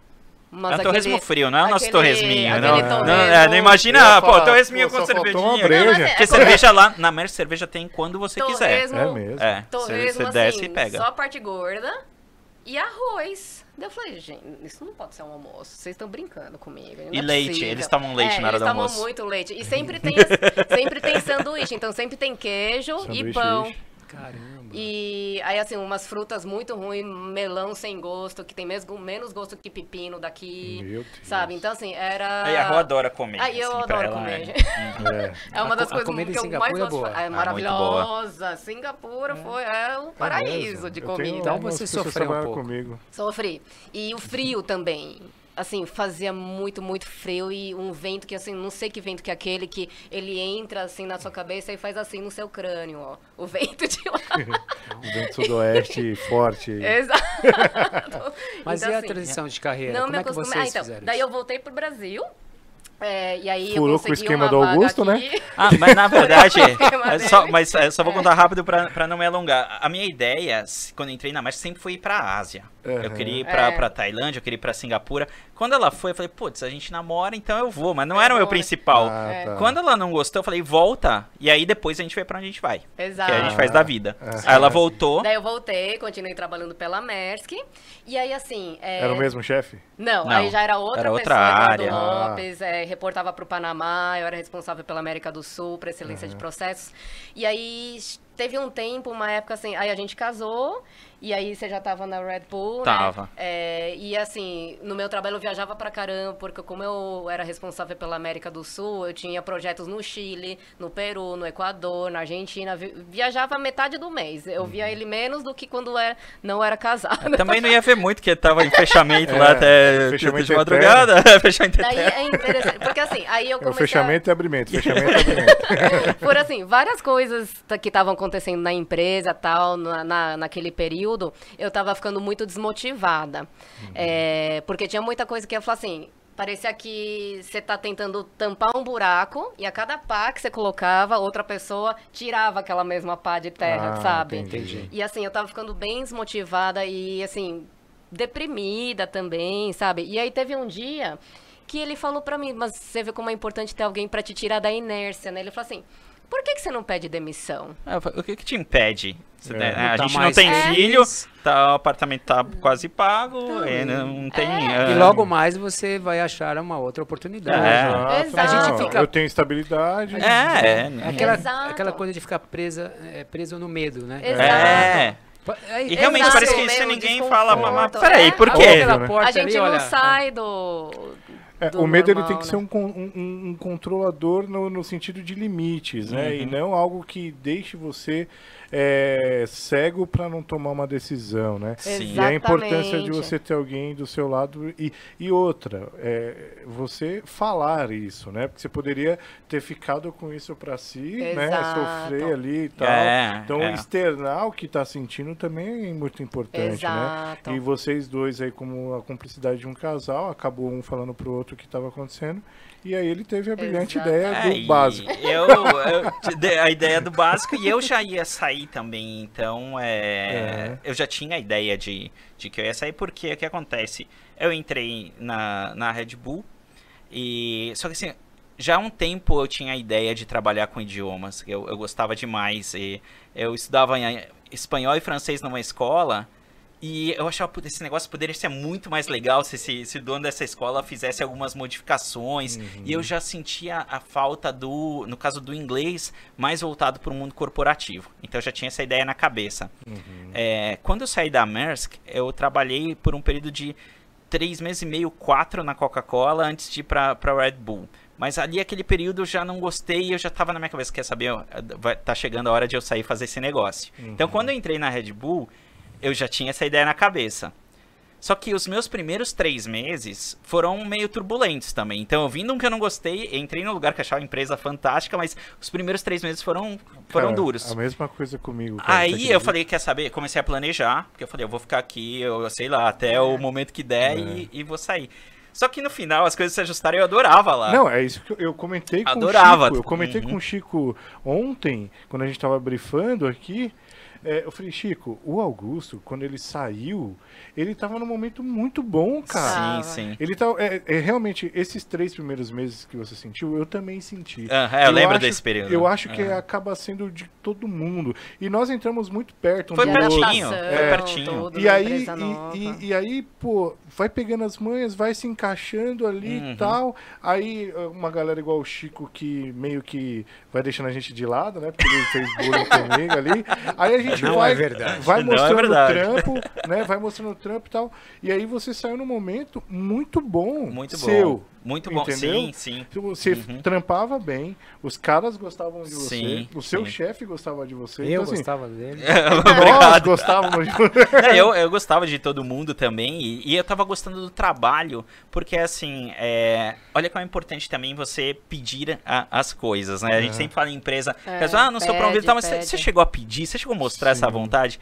Mas É um torresmo frio, não é o nosso aquele- torresminho. aquele Não, torresmo- não, é, não imagina, Eu ia pô, falar, torresminho pô, com só faltou uma cervejinha. breja. Não, mas é- Porque cerveja lá, na Mer cerveja tem quando você quiser. Torresmo, É mesmo. É, você, torresmo, você desce assim, e pega. só a parte gorda e arroz. Daí eu falei, gente, isso não pode ser um almoço. Vocês estão brincando comigo. não E é leite, possível. eles tomam leite É, na hora do eles almoço. tomam muito leite. E sempre tem, as- sempre tem sanduíche. Então sempre tem queijo e Sanduíche, pão. ixi. Caramba. E aí, assim, umas frutas muito ruins, melão sem gosto, que tem mesmo, menos gosto que pepino daqui. Meu Deus. Sabe? Então, assim, era. Aí a Rô adora comer. Aí eu assim, pra adoro ela, comer, é. gente. É. É uma A das co- a coisas comida em que eu Singapura mais é gosto de boa. fazer. É muito maravilhosa. Singapura foi é um paraíso de Eu tenho comida. Então algumas você pessoas sofreu um trabalham pouco. comigo. Sofri. E o frio também. Assim, fazia muito, muito frio e um vento que, assim, não sei que vento que é aquele que ele entra, assim, na sua cabeça e faz assim no seu crânio, ó. O vento de lá. O vento sudoeste forte. Exato. Mas Então, e a assim, transição de carreira? Não Como me é que acostumei. vocês Ah, então, fizeram daí isso? eu voltei pro Brasil. É, e aí Furou eu com o consegui esquema uma do vaga Augusto, né? aqui. Ah, mas na verdade, esquema é só, dele. mas é, só vou contar rápido pra, pra não me alongar. A minha ideia, se- quando eu entrei na Merck, sempre foi ir pra Ásia. Eu Aham. queria ir pra, É. pra Tailândia, eu queria ir pra Singapura. Quando ela foi, eu falei, putz, a gente namora, então eu vou. Mas não É era o meu bom, né? principal. Ah, É. tá. Quando ela não gostou, eu falei, volta. E aí depois a gente vê pra onde a gente vai. Exato. Que a gente faz da vida. Ah, Aí ela sim. voltou. Daí eu voltei, continuei trabalhando pela Maersk. E aí, assim... é, Era o mesmo chefe? Não, Não, aí já era outra era outra pessoa, Eduardo área. Ah. Lopes, é, reportava para o Panamá, eu era responsável pela América do Sul, para excelência de processos. E aí teve um tempo, uma época assim, aí a gente casou, e aí você já tava na Red Bull, Tava. né? É, e assim, no meu trabalho eu viajava pra caramba, porque como eu era responsável pela América do Sul, eu tinha projetos no Chile, no Peru, no Equador, na Argentina, vi- viajava metade do mês. Eu via ele menos do que quando era, não era casada. Também não ia ver muito, porque tava em fechamento É, lá até fechamento de madrugada. fechamento Daí eterno. é interessante, porque assim, aí eu É o comecei a... fechamento e abrimento. Fechamento e abrimento. Por assim, várias coisas ta- que estavam acontecendo na empresa tal, na, na- naquele período, eu tava ficando muito desmotivada. É, porque tinha muita coisa que eu falava assim, Parecia que você tá tentando tampar um buraco e a cada pá que você colocava, outra pessoa tirava aquela mesma pá de terra, Ah, sabe? entendi. E assim, eu tava ficando bem desmotivada e assim, deprimida também, sabe? E aí teve um dia que ele falou pra mim, mas você vê como é importante ter alguém pra te tirar da inércia, né? Ele falou assim, por que, que você não pede demissão? Ah, o que que te impede? Você, É. né, Não a tá gente não mais tem feliz. filho, tá, o apartamento tá quase pago, e não tem... É. E ah, logo mais você vai achar uma outra oportunidade. É. Exato. Exato. A gente Não, fica- Eu tenho estabilidade. É, é, É aquela, Exato. aquela coisa de ficar presa, é, preso no medo, né? Exato. é. Aí- E realmente Exato, parece que meu isso ninguém desconforto, fala, mas, mas é. peraí, por Abre quê? aquela né? porta A gente ali, olha, não sai do... É, do o medo ele normal, tem que né? ser um, con- um- um- um controlador no, no sentido de limites, né? E Uhum. não algo que deixe você é, cego para não tomar uma decisão, né? Sim. E a importância de Exatamente. você ter alguém do seu lado e, e outra, é, você falar isso, né? Porque você poderia ter ficado com isso para si, né? Exato. Sofrer ali e tal. É, então é. externar o que está sentindo também é muito importante, né? Exato. E vocês dois aí, como a cumplicidade de um casal, acabou um falando pro outro o que estava acontecendo, e aí ele teve a brilhante Exato. ideia do É, e básico. Eu, eu te dei a ideia do básico e eu já ia sair também, então é, É. eu já tinha a ideia de, de que eu ia sair, porque o que acontece? Eu entrei na, na Red Bull, e só que assim, já há um tempo eu tinha a ideia de trabalhar com idiomas, eu, eu gostava demais, e eu estudava em espanhol e francês numa escola. E eu achava que esse negócio poderia ser muito mais legal se, se, se o dono dessa escola fizesse algumas modificações. E eu já sentia a falta do, no caso do inglês, mais voltado para o mundo corporativo. Então eu já tinha essa ideia na cabeça. É, quando eu saí da Maersk, eu trabalhei por um período de três meses e meio, quatro na Coca-Cola, antes de ir para a Red Bull. Mas ali, aquele período, eu já não gostei e eu já estava na minha cabeça, quer saber, vai, tá chegando a hora de eu sair e fazer esse negócio. Então quando eu entrei na Red Bull, eu já tinha essa ideia na cabeça. Só que os meus primeiros três meses foram meio turbulentos também. Então eu vim num que eu não gostei, entrei num lugar que eu achava a empresa fantástica, mas os primeiros três meses foram, foram Cara, duros. A mesma coisa comigo. cara, você Aí eu acredita? falei, quer saber? Comecei a planejar, porque eu falei, eu vou ficar aqui, eu sei lá, até o momento que der É. e, e vou sair. Só que no final as coisas se ajustaram e eu adorava lá. Não, é isso que eu, eu comentei com Adorava. o Chico. Eu comentei Uhum. com o Chico ontem, quando a gente tava brifando aqui. É, eu falei, Chico, o Augusto, quando ele saiu, ele tava num momento muito bom, cara. Sim, sim. Ele tá, é, é, realmente, esses três primeiros meses que você sentiu, eu também senti. Aham, eu lembro acho- desse período. Eu acho que Aham. acaba sendo de todo mundo. E nós entramos muito perto um Foi do De outro. pertinho, adaptação, foi pertinho. tudo, E na aí, empresa nova. e, e- e aí, pô, vai pegando as manhas, vai se encaixando ali Uhum. e tal. Aí uma galera igual o Chico que meio que vai deixando a gente de lado, né? Porque ele fez bullying comigo ali. Aí a gente Não vai, é verdade. vai Não é mostrando o verdade. trampo, né? Vai mostrando o trampo e tal. E aí você saiu num momento muito bom. Muito bom. seu. Muito bom, entendeu? sim, sim. Você Uhum. trampava bem, os caras gostavam de você, Sim, o seu sim. chefe gostava de você. Eu então, assim, gostava dele. nós Obrigado. gostávamos de você. É, eu, eu gostava de todo mundo também e, e eu tava gostando do trabalho, porque assim, é, olha como é importante também você pedir a- as coisas, né? A gente Uhum. sempre fala em empresa, É, que as pessoas, ah, não sou promovido, pede, tá, mas você, pede. você chegou a pedir, você chegou a mostrar essa Sim. vontade?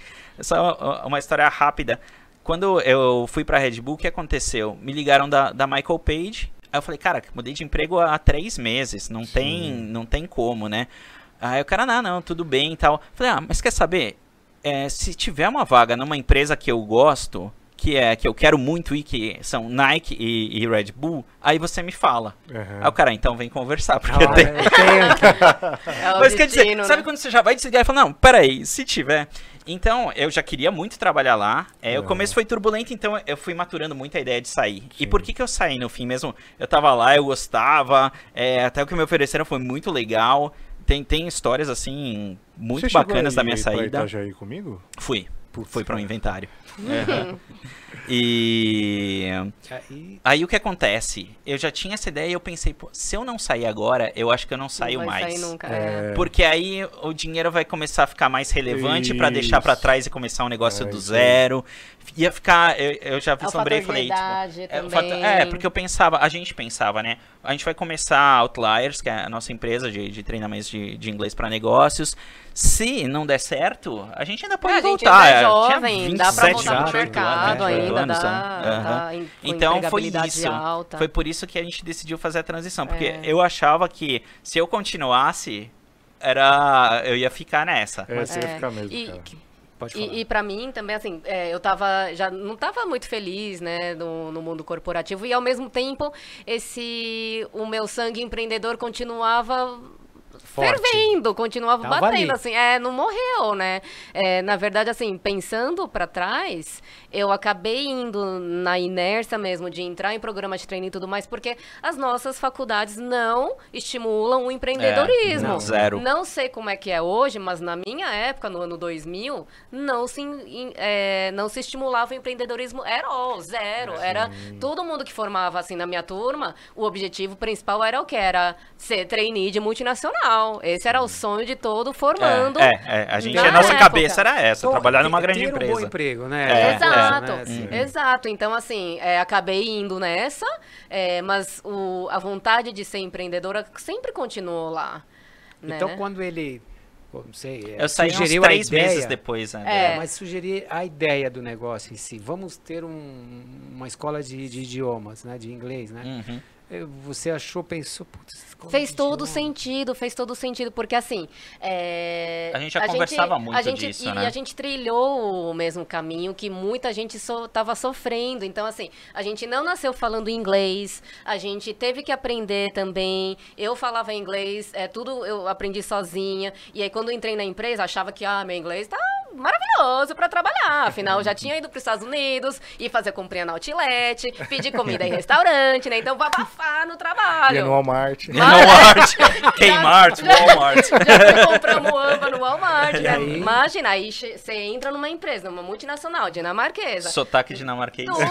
Só uma história rápida. Quando eu fui pra Red Bull, o que aconteceu? Me ligaram da, da Michael Page. Aí eu falei, cara, mudei de emprego há três meses, não tem, não tem como, né? Aí o cara, não, não, tudo bem e tal. Falei, ah, mas quer saber? É, se tiver uma vaga numa empresa que eu gosto, que é que eu quero muito ir, que são Nike e, e Red Bull, aí você me fala. Uhum. Aí o cara, então vem conversar, porque eu Ah, tenho... eu tenho. É o Mas quer dizer, destino, sabe né? quando você já vai desligar e fala, não, peraí, se tiver... Então, eu já queria muito trabalhar lá. É, o Uhum. começo foi turbulento, então eu fui maturando muito a ideia de sair. E Sim. por que que eu saí no fim mesmo? Eu tava lá, eu gostava, é, até o que me ofereceram foi muito legal. Tem, tem histórias, assim, muito Você chegou bacanas aí da minha pra saída. Itajaí comigo? Fui, Putz, fui para um cara. inventário. Uhum. E... Aí, Aí o que acontece? Eu já tinha essa ideia e eu pensei, pô, se eu não sair agora, eu acho que eu não saio Não vai mais. sair nunca. É. É. Porque aí o dinheiro vai começar a ficar mais relevante pra deixar pra Isso. trás e começar um negócio É, do isso aí. zero. Ia ficar, eu, eu já É o vislumbrei e fator de falei, idade tipo, é, o também. fato- é, porque eu pensava, a gente pensava, né? A gente vai começar a Outliers, que é a nossa empresa de, de treinamentos de, de inglês pra negócios. Se não der certo, a gente ainda pode É, a gente voltar. ainda é Tinha jovem, dá pra vinte e sete, voltar pro vinte e oito mercado anos, ainda, anos, dá, né? tá Aham. em- com Então foi empregabilidade isso. alta. Foi por isso que a gente decidiu fazer a transição. Porque É. eu achava que se eu continuasse, era eu ia ficar nessa. É, você ia É, ficar mesmo, e- cara. Pode falar. E, e para mim também, assim, é, eu tava, já não tava muito feliz, né, no, no mundo corporativo, e ao mesmo tempo, esse, o meu sangue empreendedor continuava Forte. fervendo, continuava Tava batendo, ali. assim, é, não morreu, né? É, na verdade, assim, pensando para trás, eu acabei indo na inércia mesmo de entrar em programa de treino e tudo mais, porque as nossas faculdades não estimulam o empreendedorismo. É, não, zero. Não sei como é que é hoje, mas na minha época, no ano dois mil, não se, em- é, não se estimulava o empreendedorismo at all, zero. Era todo mundo que formava, assim, na minha turma, o objetivo principal era o que? Era ser trainee de multinacional. Esse era o sonho de todo formando. É, é, é, a gente, na a nossa época. cabeça era essa, Então, trabalhar numa ter- grande ter empresa. um bom emprego, né? É, É, Exato, né, assim. exato. Então, assim, é, acabei indo nessa, é, mas o, a vontade de ser empreendedora sempre continuou lá. Né? Então, quando ele, pô, não sei, é, Eu saí uns sugeriu a três ideia, meses depois, né? É. É, mas sugerir a ideia do negócio em si. Vamos ter um- uma escola de, de idiomas, né? De inglês, né? Uhum. Eh, Você achou, pensou, putz, escola Fez de todo idioma. sentido, fez todo sentido, porque assim. é, A gente já conversava muito a gente, disso, e né? a gente trilhou o mesmo caminho que muita gente estava sofrendo. Então, assim, a gente não nasceu falando inglês, a gente teve que aprender também. Eu falava inglês, é, tudo eu aprendi sozinha. E aí, quando eu entrei na empresa, achava que, ah, meu inglês tá maravilhoso para trabalhar. Afinal, eu já tinha ido para os Estados Unidos e fazer comprinha na outlet, pedir comida em restaurante, né? Então, vou abafar no trabalho. Ia no Walmart. No Walmart, Kmart, Walmart. Já fui comprar muamba no Walmart, né? aí? Imagina, aí che- você entra numa empresa, numa multinacional dinamarquesa. Sotaque dinamarquês. Tudo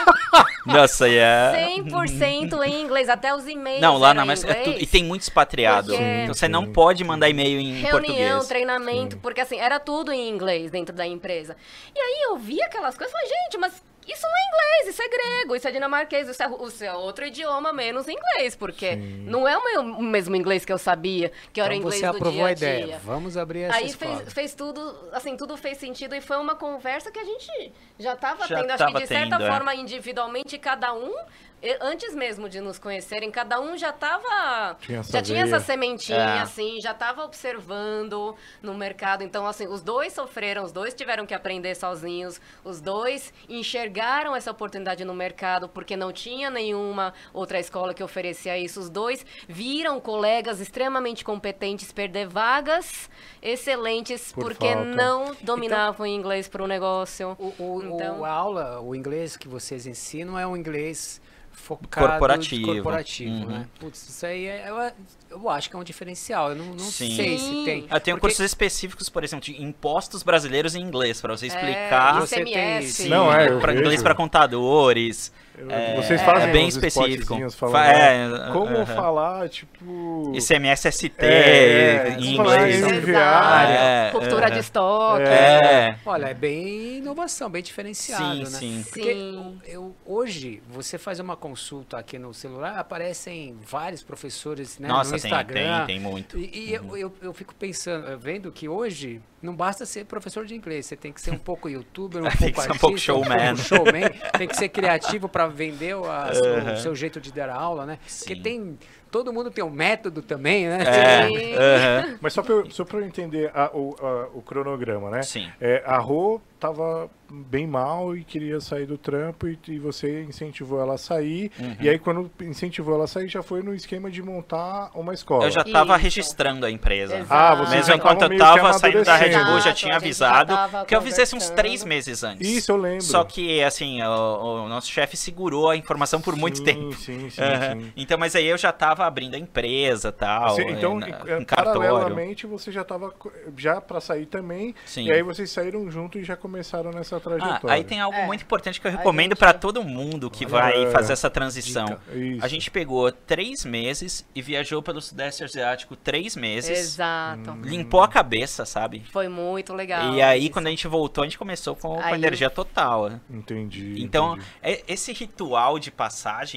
Nossa, e é... cem por cento em inglês, até os e-mails Não, lá eram na em mas é tudo, inglês. e tem muito expatriado. Porque- Então você Sim, não sim, pode mandar e-mail em Reunião, português. treinamento, porque assim, era tudo em inglês dentro da empresa. E aí eu vi aquelas coisas e falei, gente, mas isso não é inglês, isso é grego, isso é dinamarquês, isso é, ru- isso é outro idioma menos inglês, porque não é o, meu- o mesmo inglês que eu sabia, que era o Então inglês você do aprovou dia a a ideia. dia. Vamos abrir essa Aí escola. fez, fez tudo, assim, tudo fez sentido e foi uma conversa que a gente já estava Já tendo, acho que tava de certa tendo, é. forma, individualmente, cada um, e- antes mesmo de nos conhecerem, cada um já estava, Tinha essa já tinha veia. essa sementinha, É. assim, já estava observando no mercado. Então, assim, os dois sofreram, os dois tiveram que aprender sozinhos, os dois enxergaram essa oportunidade no mercado, porque não tinha nenhuma outra escola que oferecia isso. Os dois viram colegas extremamente competentes perder vagas excelentes Por porque falta. não dominavam inglês para o negócio. O, o, Então- o- a aula, o inglês que vocês ensinam é um inglês focado Corporativo. corporativo, Uhum. né? Putz, isso aí é, eu, eu acho que é um diferencial. Eu não, não Sim. sei se Sim. tem. Eu tenho Porque- cursos específicos, por exemplo, de impostos brasileiros em inglês, para você É, explicar. Você tem- I C M S. sim, Não, é, eu pra vejo. inglês para contadores. Eu- É, Vocês fazem é bem uns específico. spotzinhos Fa- falando é, né? como aham. falar, tipo... I C M S S T É, em falar inglês. em Exato. diária. É, Ruptura aham. de estoque. É. Olha, é bem inovação, bem diferenciado, Sim, né? sim. Porque Sim. eu, eu- hoje, você faz uma consulta aqui no celular, aparecem vários professores, né, Nossa, no tem, Instagram. tem, tem muito. E, e eu, eu, eu fico pensando, eu vendo que hoje não basta ser professor de inglês, você tem que ser um pouco youtuber, um Tem pouco que ser um artista, pouco showman. showman, tem que ser criativo para vender o, a- Aham. o seu jeito de dar aula, né? Porque Sim. tem, todo mundo tem um método também, né? É, Sim. aham. Mas só pra, eu, só pra eu entender a- o, a- o cronograma, né? Sim. É, a Rô tava bem mal e queria sair do trampo e, e você incentivou ela a sair. Uhum. E aí quando incentivou ela a sair, já foi no esquema de montar uma escola. Eu já estava Isso. registrando a empresa. Exato. Ah, você Mesmo já enquanto tava eu meio que tava saindo da Red Bull, amadurecendo. já Exato, tinha a gente já avisado tava que eu avisei uns três conversando. meses antes. Isso, eu lembro. Só que, assim, o, o nosso chefe segurou a informação por muito Sim, tempo. Sim, sim, Aham. sim. Então, mas aí eu já tava abrindo a empresa e tal. Você- então, eh, eh, um cartório. paralelamente, você já tava co- já para sair também. Sim. E aí vocês saíram junto e já começaram nessa Ah, trajetória. aí tem algo É. muito importante que eu A recomendo gente- pra todo mundo que vai É. fazer essa transição. Dica. Isso. A gente pegou três meses e viajou pelo Sudeste Asiático três meses. Exato. Limpou a cabeça, sabe? Foi muito legal. E aí, isso. quando a gente voltou, a gente começou com, com Aí- energia total. Entendi. Então, entendi. é- esse ritual de passagem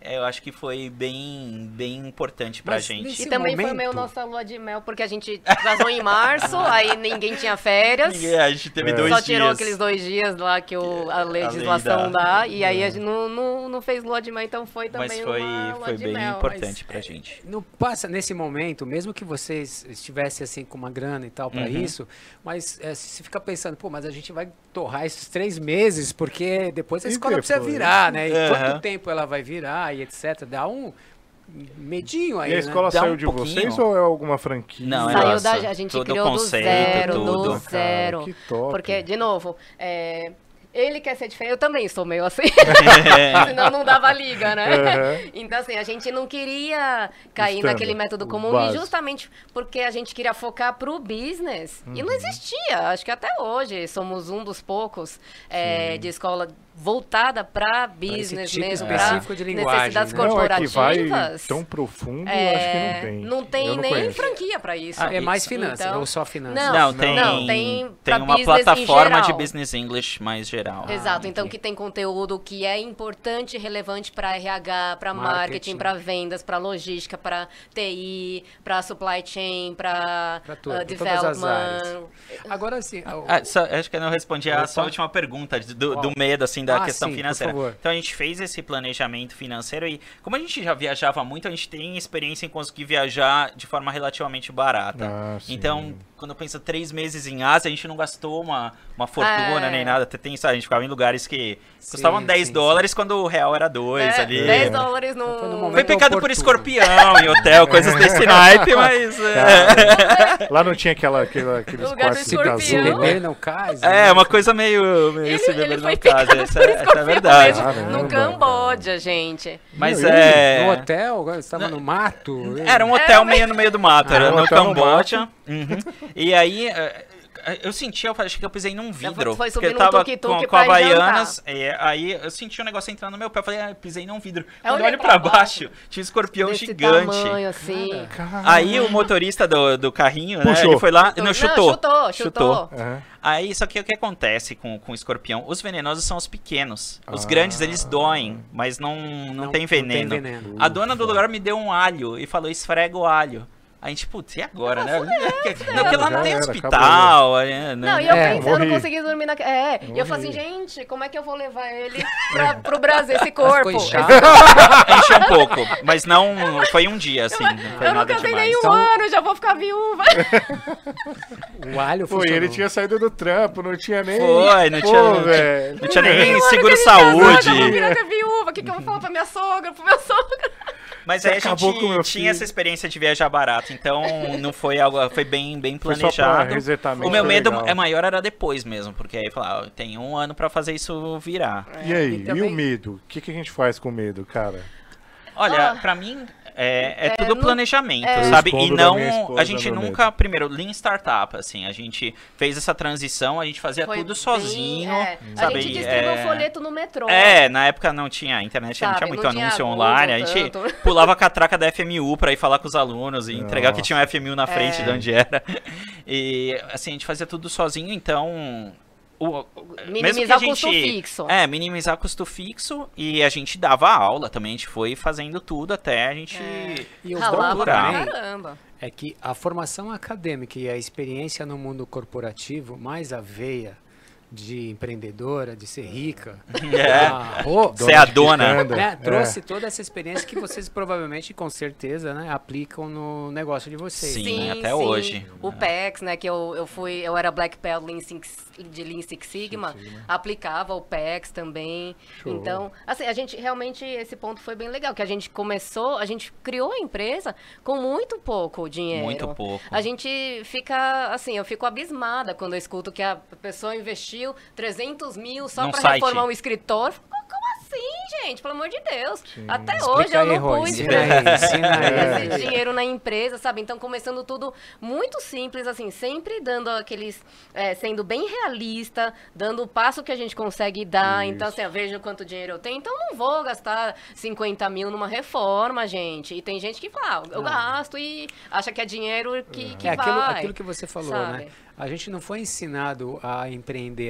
eu acho que foi bem, bem importante pra Mas gente. nesse E também foi momento- meio nossa lua de mel, porque a gente casou em março, aí ninguém tinha férias. Ninguém- a gente teve É. dois Só dias. tirou aqueles dois dias lá que o, a legislação dá. dá, e aí a gente não, não, não fez lua de mel, então foi também Mas foi, uma lua foi de bem mel. importante pra gente. Não passa nesse momento, mesmo que vocês estivessem assim com uma grana e tal para Uhum. isso, mas é, se você fica pensando, pô, mas a gente vai torrar esses três meses, porque depois a E escola precisa depois? virar, né? E Uhum. quanto tempo ela vai virar e etcétera. Dá um medinho aí, E a né? escola Dá saiu um de pouquinho. vocês ou é alguma franquia? Não, é Saiu nossa. da, a gente Todo criou do conceito, zero, tudo. do Cara, zero. que top. Porque, de novo, é, ele quer ser diferente, eu também sou meio assim, senão não dava liga, né? Uhum. Então, assim, a gente não queria cair Standard, naquele método o comum, básico. e justamente porque a gente queria focar pro business. E Uhum. não existia, acho que até hoje somos um dos poucos é, de escola voltada para business tipo mesmo, específico para de linguagem, necessidades né? Não, é que corporativas. vai tão profundo, É, acho que não tem. não tem Eu não nem conheço. franquia para isso. Ah, é mais Isso. finanças, Então- ou só finanças? Não, Não, tem, não, tem tem pra uma business em plataforma de geral. business English mais geral. Exato, então Ah, que tem conteúdo que é importante e relevante para R H, para Marketing. marketing, para vendas, para logística, para T I, para supply chain, para Pra tudo, uh, pra todas as development. Agora sim, o- Ah, só- acho que eu não respondi a Opa. sua última pergunta de- do, Qual? do medo, assim, da Ah, questão sim, por financeira. favor. Então a gente fez esse planejamento financeiro e como a gente já viajava muito, a gente tem experiência em conseguir viajar de forma relativamente barata. Ah, sim. Então, quando eu penso três meses em Ásia, a gente não gastou uma, uma fortuna É. nem nada. Até tem, sabe, a gente ficava em lugares que custavam Sim, dez sim, dólares quando o real era dois É, ali. dez dólares no... Foi no Foi momento pecado por oportuno. escorpião em hotel, coisas desse naipe, mas... é. Cara, lá não tinha aquela, aquela, aqueles Lugar do quartos de escorpião. Se casulo, beber né? não case. É, né? uma coisa meio, meio Ele, se ele beber foi não case, picado essa, por é- essa é escorpião verdade. mesmo, Caramba, no Camboja, gente. Mas Não, e é... No hotel, você estava no mato. Era um hotel meio no meio do mato, Ah, era um no hotel no Camboja. Uhum. E aí, eh, eu senti, eu acho que eu pisei num vidro. foi porque subir eu num tava tuk-tuk com, com a pra ir Havaianas, e aí eu senti um negócio entrando no meu pé, eu falei, ah, eu pisei num vidro. Quando eu olhei olho pra pra baixo, tinha um escorpião Desse gigante. tamanho, assim. Caramba. Aí o motorista do, do carrinho, né, Puxou. ele foi lá, Não, não, chutou. chutou, chutou. Aham. Aí, só que o que acontece com, com o escorpião? Os venenosos são os pequenos. Os Ah. grandes, eles doem, mas não, não, Não- tem não tem veneno. veneno. A dona do lugar me deu um alho e falou, esfrega o alho. A gente, putz, e agora, né? Não, porque lá não Já tem era, hospital. é, né? Não, e eu É, pensei, eu não morri. consegui dormir naquela. É, e eu falei assim, Morri. gente, como é que eu vou levar ele pra, pro Brasil, esse corpo? Ficou inchado. Encheu um pouco, mas não foi um dia, assim. Não foi Eu não nada casei demais. nenhum Então- ano, já vou ficar viúva. O alho Pô, e funcionou. ele tinha saído do trampo, não tinha nem... Foi, não Pô, tinha- não tinha- velho. Não tinha nem Nenhum ano que seguro a gente casou, saúde. já vou virar viúva. O que, que eu vou falar pra minha sogra, pro meu sogro? Mas Você aí a acabou com o meu gente tinha filho. essa experiência de viajar barato, então não foi algo, foi bem, bem Foi só pra planejado. resetamento, O meu foi medo legal. é maior era depois mesmo, porque aí falar, tem um ano pra fazer isso virar. E aí, E também- e o medo? O que, que a gente faz com o medo, cara? Olha, Ah. pra mim é, é tudo no- planejamento, é. sabe? Eu E escondo da não, minha esposa a gente no nunca, medo. primeiro, Lean Startup, assim, a gente fez essa transição, a gente fazia Foi tudo bem- sozinho, é. sabe? A gente distribuiu É, folheto no metrô. É, na época não tinha internet, não Sabe, tinha muito não tinha anúncio Google online, a gente tanto. pulava a catraca da F M U pra ir falar com os alunos e entregar que Nossa. tinha um F M U na frente É. de onde era. E assim, a gente fazia tudo sozinho, então... O, o- mesmo que Minimizar a o custo gente- fixo. É, minimizar custo fixo e a gente dava aula também, a gente foi fazendo tudo até a gente... É. E o Ralava bom pra também caramba. é que a formação acadêmica e a experiência no mundo corporativo, mais a veia de empreendedora, de ser rica, É. a Rô, Você é a de dona. quitanda. né, É. trouxe toda essa experiência que vocês provavelmente, com certeza, né, aplicam no negócio de vocês. Sim. até hoje. O P E X, né, que eu, eu fui, eu era Black Belt Lean Six, de Lean Six Sigma, aplicava o P E X também. Show. Então, assim, a gente realmente, esse ponto foi bem legal, que a gente começou, a gente criou a empresa com muito pouco dinheiro. Muito pouco. A gente fica, assim, eu fico abismada quando eu escuto que a pessoa investiu trezentos mil só Num para site. reformar um escritório. Como assim, gente? Pelo amor de Deus. Até Explica hoje eu aí, não Rô, pus ensina aí, ensina aí. esse dinheiro na empresa, sabe? Então, começando tudo muito simples, assim, sempre dando aqueles, é, sendo bem realista, dando o passo que a gente consegue dar. Então, assim, eu vejo quanto dinheiro eu tenho, então não vou gastar cinquenta mil numa reforma, gente. E tem gente que fala, ah, eu gasto e acha que é dinheiro que, que É aquilo, vai. aquilo que você falou, sabe? né? A gente não foi ensinado a empreender.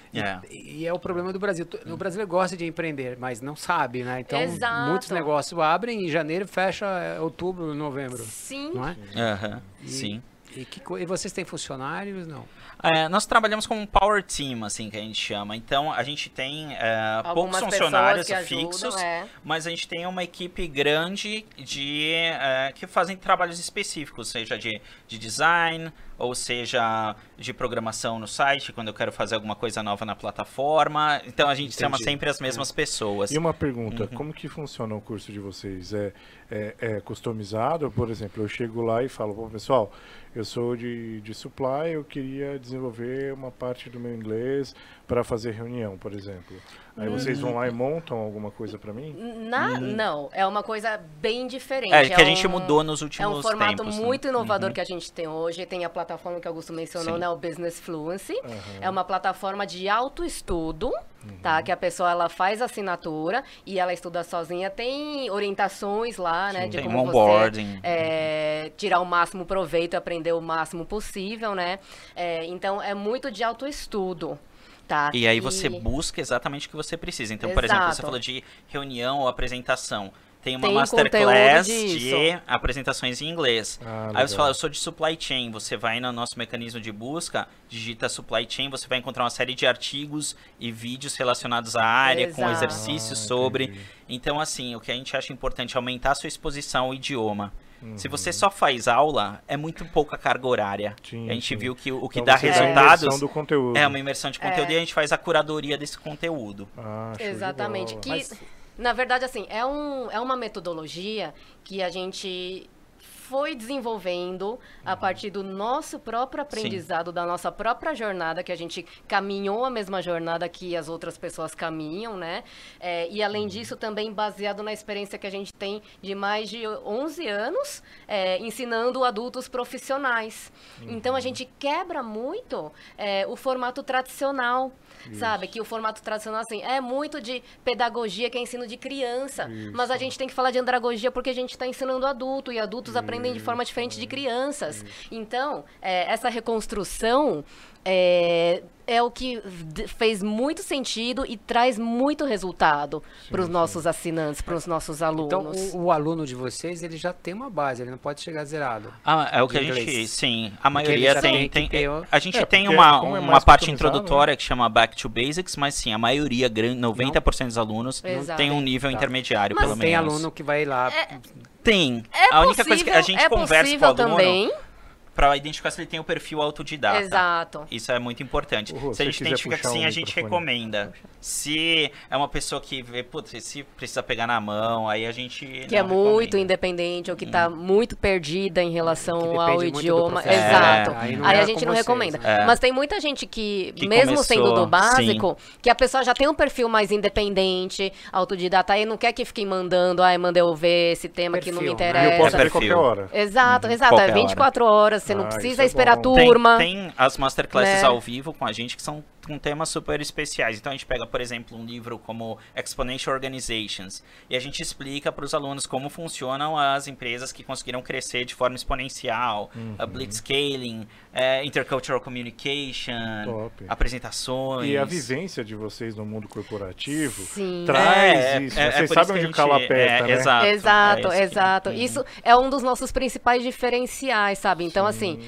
E É. e é o problema do Brasil. O brasileiro gosta de empreender, mas não sabe, né? Então, Exato. muitos negócios abrem em janeiro, fecha é, outubro, novembro. Sim. Não é? Aham, E- sim. E, que co- e vocês têm funcionários? Não. É, nós trabalhamos com um power team, assim, que a gente chama. Então, a gente tem é, poucos Algumas funcionários pessoas que ajudam, fixos, é. mas a gente tem uma equipe grande de é, que fazem trabalhos específicos, seja de, de design, ou seja de programação no site, quando eu quero fazer alguma coisa nova na plataforma. Então, a gente Entendi. chama sempre as mesmas pessoas. E uma pergunta, como que funciona o curso de vocês? É, é, é customizado? Por exemplo, eu chego lá e falo, bom, pessoal, eu sou de, de supply, eu queria desenvolver uma parte do meu inglês para fazer reunião, por exemplo. Aí vocês vão lá e montam alguma coisa para mim? Na- Não, é uma coisa bem diferente. É, que a gente um- mudou nos É últimos um formato tempos, né? muito inovador que a gente tem hoje. Tem a plataforma que o Augusto mencionou, Sim. né, o Business Fluency. É uma plataforma de autoestudo, tá? Que a pessoa ela faz assinatura e ela estuda sozinha. Tem orientações lá, né? De Tem como um você onboarding. é, tirar o máximo proveito, aprender o máximo possível, né? É, então, é muito de autoestudo. Tá? E aí você busca exatamente o que você precisa. Então, por exemplo, você Exato. falou de reunião ou apresentação. Tem uma Tem masterclass conteúdo de disso. apresentações em inglês. Ah, Aí legal. você fala, eu sou de supply chain. Você vai no nosso mecanismo de busca, digita supply chain, você vai encontrar uma série de artigos e vídeos relacionados à área, com Exato. exercícios Ah, sobre. entendi. Então, assim, o que a gente acha importante é aumentar a sua exposição ao idioma. Se você só faz aula, é muito pouca carga horária. Sim, a gente sim. viu que o o que Então dá você dá a resultados imersão do conteúdo. é uma imersão de conteúdo É. e a gente faz a curadoria desse conteúdo. Ah, show de Exatamente. bola. Que, Mas- na verdade, assim, é, um, é uma metodologia que a gente foi desenvolvendo a partir do nosso próprio aprendizado, da nossa própria jornada, que a gente caminhou a mesma jornada que as outras pessoas caminham, né? É, e além disso, também baseado na experiência que a gente tem de mais de onze anos, é, ensinando adultos profissionais. Então, a gente quebra muito é, o formato tradicional. Sabe, que o formato tradicional, assim, é muito de pedagogia, que é ensino de criança. Mas a gente tem que falar de andragogia porque a gente está ensinando adulto, e adultos aprendem de forma diferente de crianças. Então, é, essa reconstrução é, é o que d- fez muito sentido e traz muito resultado para os nossos assinantes, para os nossos alunos. Então, o, o aluno de vocês, ele já tem uma base, ele não pode chegar zerado. Ah, é o que De a gente, inglês. sim, a Porque ele maioria já tem, tem que tem ter o- a gente É, tem porque uma, como é uma mais parte customizado, introdutória que chama Back to Basics, mas sim, a maioria, grande, noventa por cento dos alunos Exato. tem um nível Tá. intermediário, Mas pelo Tem menos. aluno que vai lá. Tem. É a única coisa que a possível- gente é conversa com o possível aluno também. para identificar se ele tem o perfil autodidata. Exato. Isso é muito importante. Ô, Rô, se a se gente quiser identifica que puxar sim, o a gente microfone. recomenda. Se é uma pessoa que vê, putz, se precisa pegar na mão, aí a gente Que é não muito recomenda. independente ou que está muito perdida em Que relação depende ao muito do idioma. professor. Exato. É, aí aí não é a gente com não vocês, recomenda. né? É. Mas tem muita gente que, Que mesmo começou, sendo do básico, que a pessoa já tem um perfil mais independente, autodidata, aí não quer que fiquem mandando, ai, manda eu ver esse tema que não me Perfil, né? E eu posso interessa. É ver qualquer perfil. hora. Exato, exato. Qualquer É vinte e quatro horas, você não Ah, precisa isso é esperar a bom. Tem, turma. tem as masterclasses né? ao vivo com a gente que são com temas super especiais. Então a gente pega, por exemplo, um livro como Exponential Organizations e a gente explica para os alunos como funcionam as empresas que conseguiram crescer de forma exponencial, a Blitzscaling, é, Intercultural Communication, Top. apresentações. E a vivência de vocês no mundo corporativo Sim. traz É, isso. é- né? é Vocês por sabem isso que onde a o calo gente- aperta, é, né? Exato. Exato, é isso que- exato. Uhum. Isso é um dos nossos principais diferenciais, sabe? Então, assim,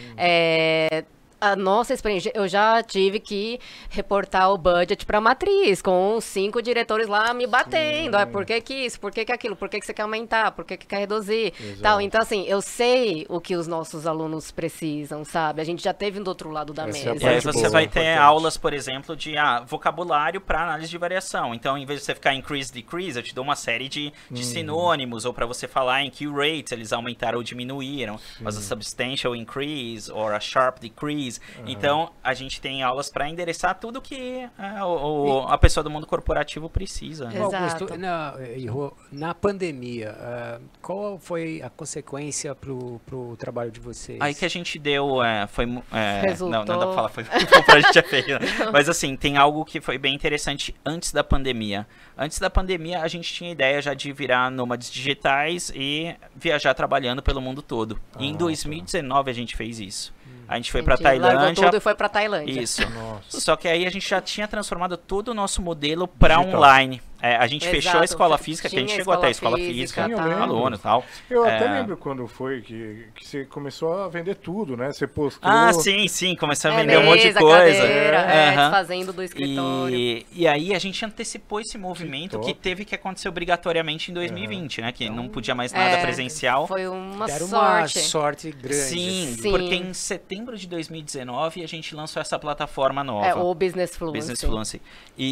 é, a nossa experiência, eu já tive que reportar o budget para a matriz, com cinco diretores lá me batendo. Ah, por que que isso? Por que que aquilo? Por que que você quer aumentar? Por que que quer reduzir? Exato. Tal. Então, assim, eu sei o que os nossos alunos precisam, sabe? A gente já teve do outro lado da Essa é a mesa. E aí parte você boa, vai ter importante. aulas, por exemplo, de ah, vocabulário para análise de variação. Então, em vez de você ficar increase, decrease, eu te dou uma série de, de sinônimos, ou para você falar em que rates eles aumentaram ou diminuíram, mas a substantial increase ou a sharp decrease. Então, a gente tem aulas para endereçar tudo que é, o, o- a pessoa do mundo corporativo precisa. né? Exato. Augusto, na, e, Rô, na pandemia, ah, qual foi a consequência pro, pro trabalho de vocês? Aí que a gente deu, é, foi, mu- é, Resultou. não, não dá pra falar, foi bom pra gente é feio, né? Mas assim, tem algo que foi bem interessante antes da pandemia. Antes da pandemia, a gente tinha ideia já de virar nômades digitais e viajar trabalhando pelo mundo todo. E em Ah, dois mil e dezenove a gente fez isso. A gente foi A pra gente largou Tailândia. tudo e foi pra Tailândia. Isso. Nossa. Só que aí a gente já tinha transformado todo o nosso modelo para Digital. online. É, a gente fechou a Exato. escola física, que a gente Tinha chegou até a escola escola física, física, tá. aluno e tal. Eu É. até lembro quando foi que, que você começou a vender tudo, né? Você postou... Ah, sim, sim, começou a É, vender um monte de mesa, coisa. cadeira, é, Aham. desfazendo do escritório. E, e aí a gente antecipou esse movimento que, top. teve que acontecer obrigatoriamente em dois mil e vinte, né? Que não podia mais nada É, presencial. Foi uma Deram uma sorte. sorte grande. Sim, Sim. porque em setembro de dois mil e dezenove a gente lançou essa plataforma nova. É, o Business Fluency. Business Fluency.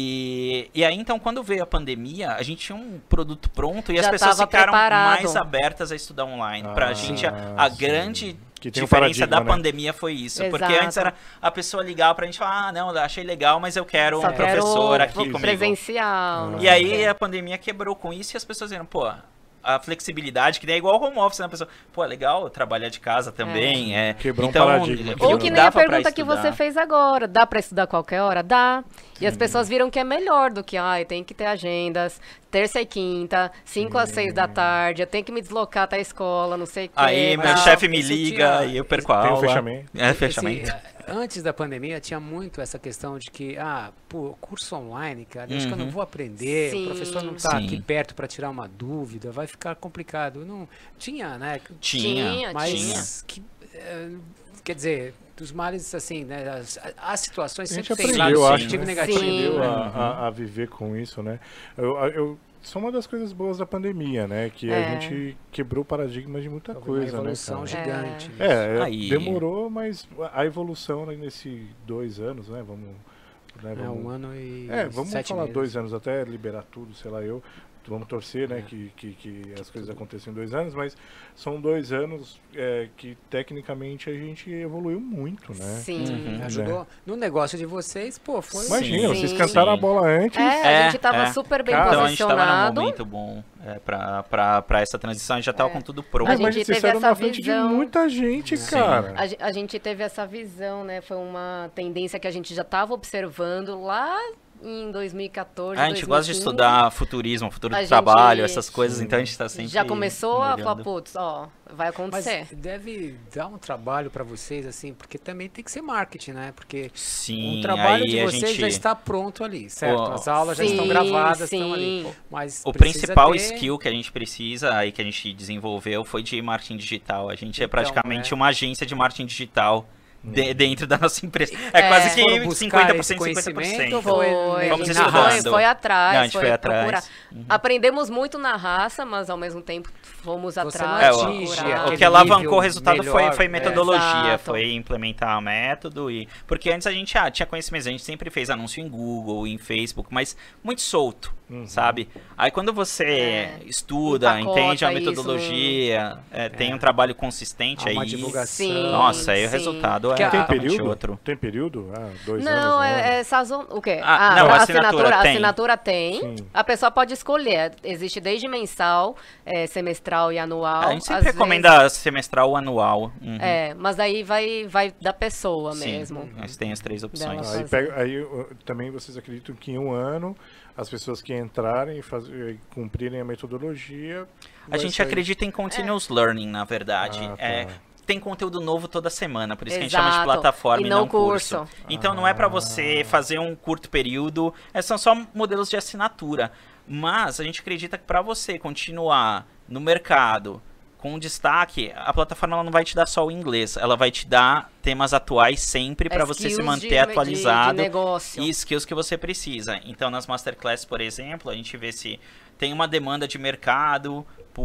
E, e aí, então, quando veio a pandemia, a gente tinha um produto pronto e Já as pessoas tava ficaram preparado. mais abertas a estudar online. Ah, pra gente, a, a sim. grande Que tem um diferença da paradigma, né? pandemia foi isso. Porque Exato. antes era a pessoa ligar pra gente e falar, ah, não, eu achei legal, mas eu quero Só um professor quero aqui comigo. presencial. E aí a pandemia quebrou com isso e as pessoas viram, pô, a flexibilidade, que nem é igual home office, né? A pessoa, pô, é legal trabalhar de casa também. É. Quebrou um então, paradigma. viu Ou que nem dava a pra pergunta que estudar. você fez agora. Dá pra estudar qualquer hora? Dá. E as pessoas viram que é melhor do que, ai, tem que ter agendas, terça e quinta, cinco às seis da tarde, eu tenho que me deslocar até a escola, não sei o que. Aí Mas meu ah, chefe me isso liga tinha- e eu perco a Tem o aula. fechamento. É, Esse- fechamento. antes da pandemia tinha muito essa questão de que, ah, pô, curso online, cara, acho que eu não Uhum. vou aprender, Sim. o professor não tá Sim. aqui perto para tirar uma dúvida, vai ficar complicado. Não tinha, né? Tinha, Tinha, Mas tinha. que, eh, quer dizer, dos males assim, né? As, as situações A gente sempre tem aprendeu, lado acho, positivo e né? negativo. Sim. Aprendeu a, Uhum. a- a viver com isso, né? Eu, eu, isso é uma das coisas boas da pandemia, né? Que a É. gente quebrou paradigmas de muita Houve uma coisa, né? evolução cara? gigante. É. É, é, Aí. demorou, mas a evolução né, nesses dois anos, né? Vamos. Né, É, vamos um ano e é, vamos sete falar meses. dois anos até liberar tudo, sei lá, eu. Vamos torcer, né, que, que, que as coisas aconteçam em dois anos, mas são dois anos é, que tecnicamente a gente evoluiu muito, né? Sim. Uhum. Ajudou. No negócio de vocês, pô, foi. Imagina, Sim. vocês Sim. cantaram a Sim. bola antes. É, É, a gente tava é. super bem Cara, Então a gente tava num posicionado. momento bom é, pra, pra, pra essa transição, a gente já tava É. com tudo pronto. A Mas gente vocês teve saíram essa na frente visão. de muita gente, Sim. cara. A, ge- a gente teve essa visão, né? Foi uma tendência que a gente já estava observando lá em dois mil e quatorze, A gente gosta de dois mil e quinze. estudar futurismo, futuro A do gente- trabalho, essas coisas, então a gente tá sempre Já começou a olhando. falar, putz, ó, vai Mas acontecer. deve dar um trabalho para vocês, assim, porque também tem que ser marketing, né? Porque Sim, o trabalho aí de a vocês gente... já está pronto ali, certo? O- As aulas já Sim, estão gravadas, sim. estão ali. Mas O precisa principal ter- skill que a gente precisa, aí que a gente desenvolveu, foi de marketing digital. A gente é Então, praticamente é. uma agência de marketing digital de- dentro da nossa empresa. É, É. quase Foram que buscar cinquenta por esse cento, cinquenta por conhecimento, cento. foi- Foi, Vamos a gente estudando. foi, foi atrás, Não, a gente foi, foi atrás. procurar. Uhum. Aprendemos muito na raça, mas ao mesmo tempo fomos Você atrás. não É, o- atinge procurar. O aquele que alavancou nível o resultado foi, melhor, foi é. metodologia, Exato. foi implementar o método e porque antes a gente ah, tinha conhecimento, a gente sempre fez anúncio em Google, em Facebook, mas muito solto, sabe? Aí quando você É. estuda, Empacota entende a isso metodologia, é, tem É. um trabalho consistente Há aí. uma divulgação. Sim. Nossa, aí o Sim. resultado Porque é a- Tem totalmente período? outro. Tem período? Ah, dois Não, anos. um ano. é, é sazon... O quê? Ah, não, a a assinatura a tem. assinatura tem. Sim. A pessoa pode escolher. Existe desde mensal, é, semestral e anual. a gente sempre Às recomenda semestral ou anual. Uhum. vezes- É, mas aí vai, vai da pessoa Sim, mesmo. nós tem as três opções. Dela. Aí, pega, aí uh, também vocês acreditam que em um ano as pessoas que entrarem e faz- e cumprirem a metodologia. A vai gente sair- acredita em continuous learning, na verdade. Ah, tá. É, tem conteúdo novo toda semana, por isso que a gente chama de Exato. plataforma E e não não curso. curso. Então não é para você fazer um curto período, é, são só modelos de assinatura. Mas a gente acredita que para você continuar no mercado com destaque, a plataforma ela não vai te dar só o inglês, ela vai te dar temas atuais sempre para você se Skills manter de- de- atualizado de negócio. e skills que você precisa. Então nas masterclasses, por exemplo, a gente vê se tem uma demanda de mercado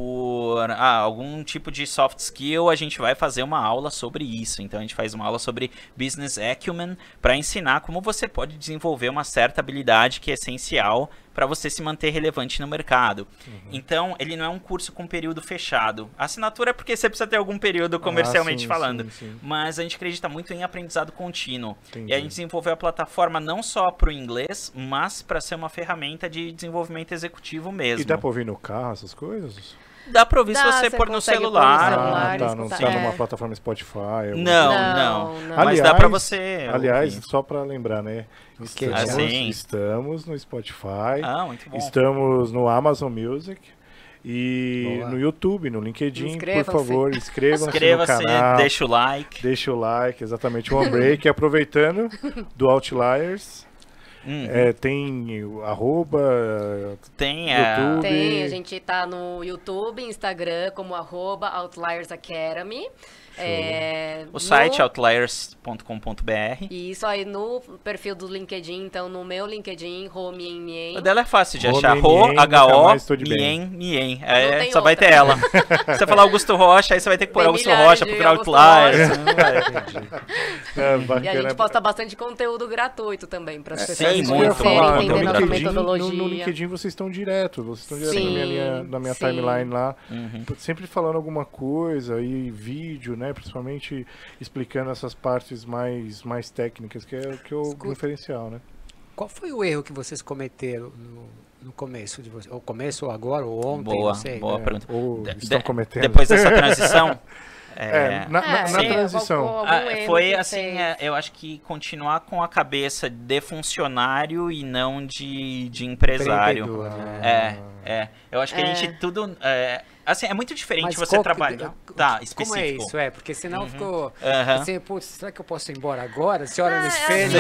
por ah, algum tipo de soft skill, a gente vai fazer uma aula sobre isso. Então a gente faz uma aula sobre business acumen para ensinar como você pode desenvolver uma certa habilidade que é essencial para você se manter relevante no mercado. Então, ele não é um curso com período fechado. A assinatura é porque você precisa ter algum período comercialmente sim, falando. sim, sim. Mas a gente acredita muito em aprendizado contínuo. Entendi. E a gente desenvolveu a plataforma não só para o inglês, mas para ser uma ferramenta de desenvolvimento executivo mesmo. E dá pra ouvir no carro essas coisas? Dá pra ouvir se Dá, você você pôr no consegue pôr no celular. celular. Ah, tá, não escutar. tá É. numa plataforma Spotify. alguma Não, coisa. não, Não, não. Mas dá pra você. Aliás, ouvir. só pra lembrar, né? Estamos, Ah, sim. estamos no Spotify, Ah, muito bom. estamos no Amazon Music E Boa. no YouTube, no LinkedIn, por Inscrevam-se. favor, inscrevam-se no Inscreva-se, canal. deixa o like. Deixa o like, exatamente. O OneBreak, aproveitando do Outliers, Uhum. é, tem o arroba, Tem a... YouTube. Tem, a gente tá no YouTube, Instagram, como arroba Outliers Academy. É, o site no- outliers ponto com ponto b r. E isso aí no perfil do LinkedIn, então no meu LinkedIn, Rô Mien Mien. O dela é fácil de Rô achar. Mien Rô, Mien, H nunca O, mais tô de bem. Mien, Mien. Não É, tem só vai outra. ter ela. Se você falar Augusto Rocha, aí você vai ter que pôr Tem Augusto milhares Rocha, de procurar Augusto Outliers. É, E a bacana. gente posta bastante contudo gratuito também para as É, pessoas sim, Isso que eu ia muito, conhecerem, falar, muito no entender nossa gratuito. LinkedIn, no, metodologia. no LinkedIn vocês estão direto, vocês estão direto Sim, na minha, linha, na minha sim. timeline lá, Uhum. sempre falando alguma coisa, e vídeo, né, principalmente explicando essas partes mais, mais técnicas, que é o que é o Escuta. diferencial, né? Qual foi o erro que vocês cometeram no, no começo de vocês? Ou começo, ou agora, ou ontem, Boa, não sei. boa É, pergunta. ou De- estão de- cometendo. Depois dessa transição... É, é, na, na- na sim. transição. algum Ah, erro foi que assim, fez. é, eu acho que continuar com a cabeça de funcionário e não de, de empresário. Empreendedor, né? É, é. Eu acho que a É. gente tudo. É, assim, é muito diferente Mas você qual que- trabalhar. Tá, específico. Como é isso? É, porque senão ficou Aham. assim, putz, será que eu posso ir embora agora? Você olha no Ah, espelho.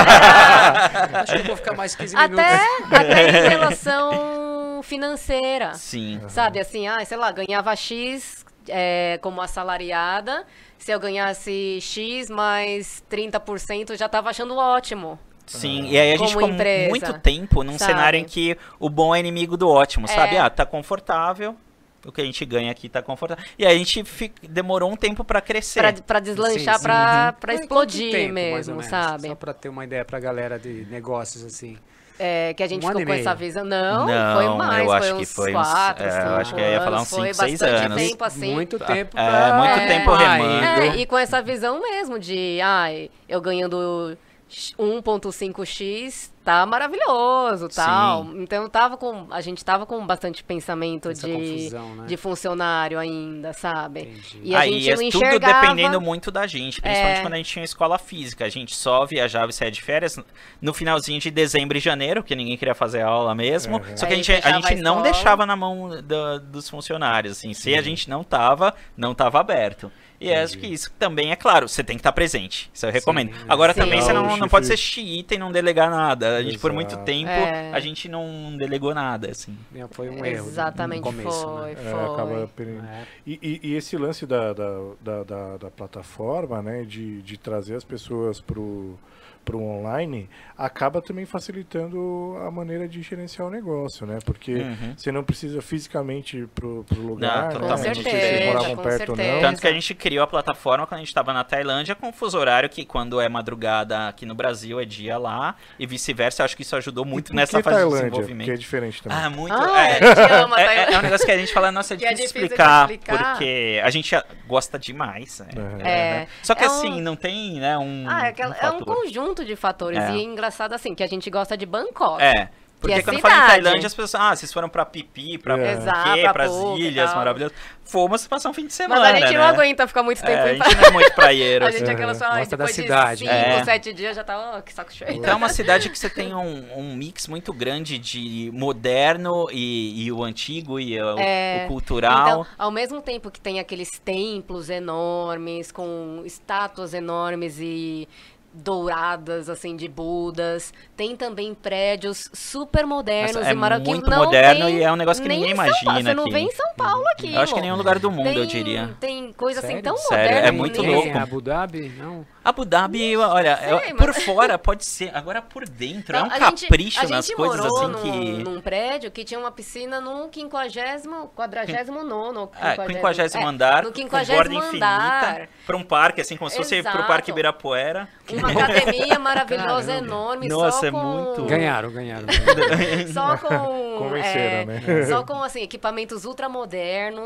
Acho que eu vou ficar mais quinze minutos. Até, até em relação financeira. Sim. Sabe, assim, ah, sei lá, ganhava X é, como assalariada. Se eu ganhasse X mais trinta por cento, eu já tava achando ótimo. Sim, e aí a gente Como ficou empresa, muito tempo num sabe? cenário em que o bom é inimigo do ótimo, sabe? É. Ah, tá confortável, o que a gente ganha aqui tá confortável. E aí a gente fi- demorou um tempo pra crescer. Pra, pra deslanchar, Sim, sim. pra, pra Mas quanto explodir tempo, mais ou mesmo, menos? sabe? Só pra ter uma ideia pra galera de negócios, assim. É, que a gente Um ano ficou e com meio. essa visão. Não, Não, foi mais, eu foi acho uns que foi uns- quatro, é, eu cinco acho que eu ia falar anos, uns foi cinco, seis bastante anos. tempo, assim. Muito tempo É, pra... muito É. tempo remando. É, e com essa visão mesmo de, ai, eu ganhando um ponto cinco x, tá maravilhoso, tal. Sim. Então tava com, a gente tava com bastante pensamento Essa de, confusão, né? de funcionário ainda, sabe? Entendi. E a Aí gente é não tudo enxergava. dependendo muito da gente, principalmente É. quando a gente tinha escola física. A gente só viajava e saía de férias no finalzinho de dezembro e janeiro, porque ninguém queria fazer aula mesmo. Uhum. Só que a Aí gente, a fechava gente a não escola. deixava na mão da- dos funcionários. Assim, se a gente não tava, não tava aberto. E é acho que isso também, é claro, você tem que estar presente. Isso eu recomendo. Sim, Agora sim. também você não, Ah, o não pode ser chifre- xiita e não delegar nada. A gente, por muito Exato. tempo, É. a gente não delegou nada, assim. É, Foi um erro Exatamente, no começo, foi, né? É, foi. acaba peri- É. E, e- e esse lance da, da, da, da- da plataforma, né, de, de trazer as pessoas pro para o online, acaba também facilitando a maneira de gerenciar o negócio, né? Porque Uhum. você não precisa fisicamente pro, pro lugar, Não, né? totalmente Não sei se vocês diferente. moravam Com perto ou não. certeza. Tanto que a gente criou a plataforma quando a gente estava na Tailândia com fuso horário que quando é madrugada aqui no Brasil é dia lá e vice-versa. Eu acho que isso ajudou muito Por nessa que fase de Tailândia? desenvolvimento. Que é diferente também. Ah, muito. Ah, é, a gente ama é, é- Tailândia. é um negócio que a gente fala, nossa, é Que é difícil, difícil de explicar, explicar. porque a gente gosta demais. né? Uhum. É. Só que É assim, um- não tem, né, um. Ah, é, aquela- um é um fator. conjunto de fatores. É. E é engraçado assim, que a gente gosta de Bangkok. É. Porque é quando fala em cidade. Tailândia, as pessoas, ah, vocês foram pra Pipi, pra É. Exato, Phuket, pra pras Phuket e ilhas tal. maravilhosas. Fomos passar um fim de Mas semana, a gente não né? aguenta ficar muito tempo É, a em gente não é muito praieiro. A assim. gente é aquela só, ai, Gosta da depois cidade. de cinco, É. sete dias já tá, ó, que saco cheio. Então é uma cidade que você tem um, um mix muito grande de moderno e, e o antigo e o, É, o cultural. Então, ao mesmo tempo que tem aqueles templos enormes, com estátuas enormes e douradas, assim, de Budas, tem também prédios super modernos Nossa, é e maravilhosos. muito moderno e é um negócio que nem ninguém em São Paulo. imagina Você não aqui. vê em São Paulo aqui. Eu acho que em nenhum lugar do mundo, tem, eu diria. Tem coisa assim Sério? tão Sério, moderna. é e muito bonita. louco. Em Abu Dhabi? Não. Abu Dhabi, olha, Sei, é- mas- por fora pode ser, agora por dentro é um Então, a gente- capricho a nas gente coisas morou assim num, que... num prédio que tinha uma piscina no quinquagésimo, quadragésimo nono. É, quinquagésimo andar, no com borda quinquagésimo infinita, andar. pra um parque, assim, como se fosse pro Exato. Parque Ibirapuera. Uma academia maravilhosa, Caramba. enorme, Nossa, só é com... muito- Ganharam, ganharam. Só com... Convenceram, é, né? Só com, assim, equipamentos ultramodernos,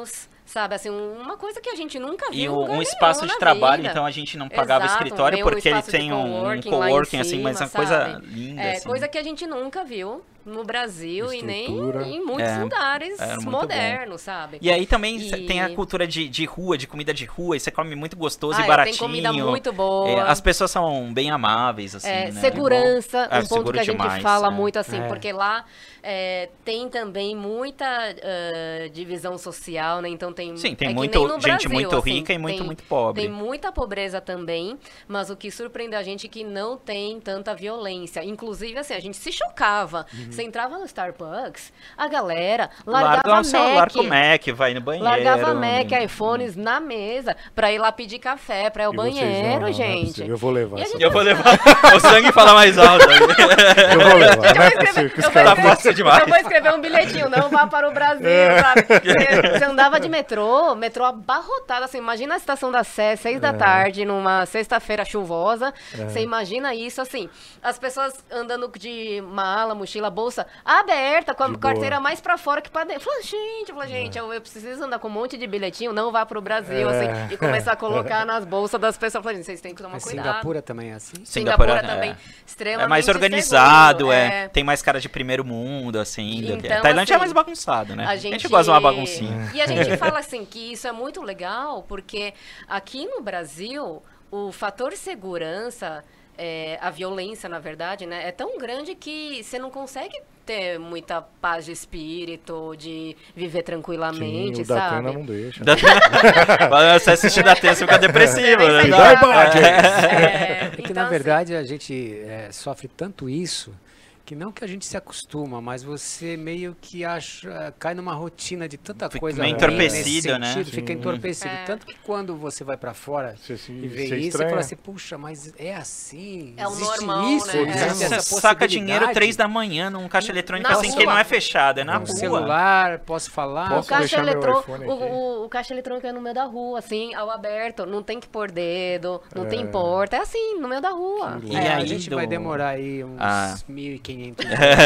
Sabe, assim, uma coisa que a gente nunca viu. E em um, lugar um espaço nenhum de na trabalho, vida. então a gente não pagava Exato, escritório tem um porque ele espaço de tem um, um coworking lá em coworking, assim, mas é cima, uma coisa sabe? linda, É, assim. coisa que a gente nunca viu no Brasil e nem Estrutura. em muitos É, lugares era muito modernos, sabe? E aí também E- tem a cultura de, de rua, de comida de rua, e você come muito gostoso Ah, e é, baratinho. tem comida muito boa. É, as pessoas são bem amáveis, assim, É, né? segurança, É, um ponto seguro que a gente demais, fala é. muito assim, É. porque lá é, tem também muita ah, divisão social, né? Então tem Sim, tem é que muito, nem no gente Brasil, muito assim, rica e muito, tem- muito pobre. Tem muita pobreza também, mas o que surpreende a gente é que não tem tanta violência. Inclusive, assim, a gente se chocava. Uhum. Você entrava no Starbucks, a galera largava Larga o celular Mac. com o Mac, vai no banheiro. Largava Mac, né? iPhones na mesa pra ir lá pedir café, pra ir ao E vocês, banheiro, não, não, não é gente. possível, eu vou levar. E a essa gente- Eu vou levar. O sangue fala mais alto. Eu vou levar, não é Eu vou possível escrever, que os eu vou caras... Tá fácil demais. eu vou escrever um bilhetinho, não vá para o Brasil, sabe? Você, você andava de metrô, metrô abarrotado, assim, imagina a estação da Sé, seis da tarde, numa sexta-feira chuvosa, você imagina isso, assim, as pessoas andando de mala, mochila, bolsa aberta, com a De boa. carteira mais pra fora que pra dentro. Fala, gente, fala, gente, eu, eu preciso andar com um monte de bilhetinho, não vá pro Brasil, É. assim, e começar a colocar nas bolsas das pessoas, falando, vocês têm que tomar Mas cuidado. Singapura também é assim? Singapura, Singapura, também, é. extremamente É mais organizado, seguro, é. Tem mais cara de primeiro mundo, assim. do que- Então, Tailândia é assim, mais bagunçado, né? A gente, gosta de uma baguncinha. E a gente fala assim que isso é muito legal, porque aqui no Brasil, o fator segurança, é, a violência, na verdade, né, é tão grande que você não consegue ter muita paz de espírito, de viver Sim, tranquilamente, o Datena sabe? não deixa. Quando você assistir da T, você fica depressivo, né? Você Dá fica- imagens. É, É que, então, na assim, verdade, a gente é, sofre tanto isso que não que a gente se acostuma, mas você meio que acha, cai numa rotina de tanta Fica coisa meio ruim nesse entorpecido, né? sentido, fica Sim. entorpecido. É. Tanto que quando você vai pra fora Você se- e vê você isso, você estranha. fala assim, puxa, mas é assim? É o Existe normal, isso? né? Existe É. essa Você saca possibilidade? dinheiro três da manhã num caixa eletrônico Na assim rua. que não é fechado, é na No rua. celular, posso falar? O Posso caixa, deixar meu eletrô- iPhone o, aqui? o- o caixa eletrônico é no meio da rua, assim, ao aberto. Não tem que pôr dedo, não tem É. porta. É assim, no meio da rua. E É, a aí gente do- vai demorar aí uns Ah. mil e quinhentos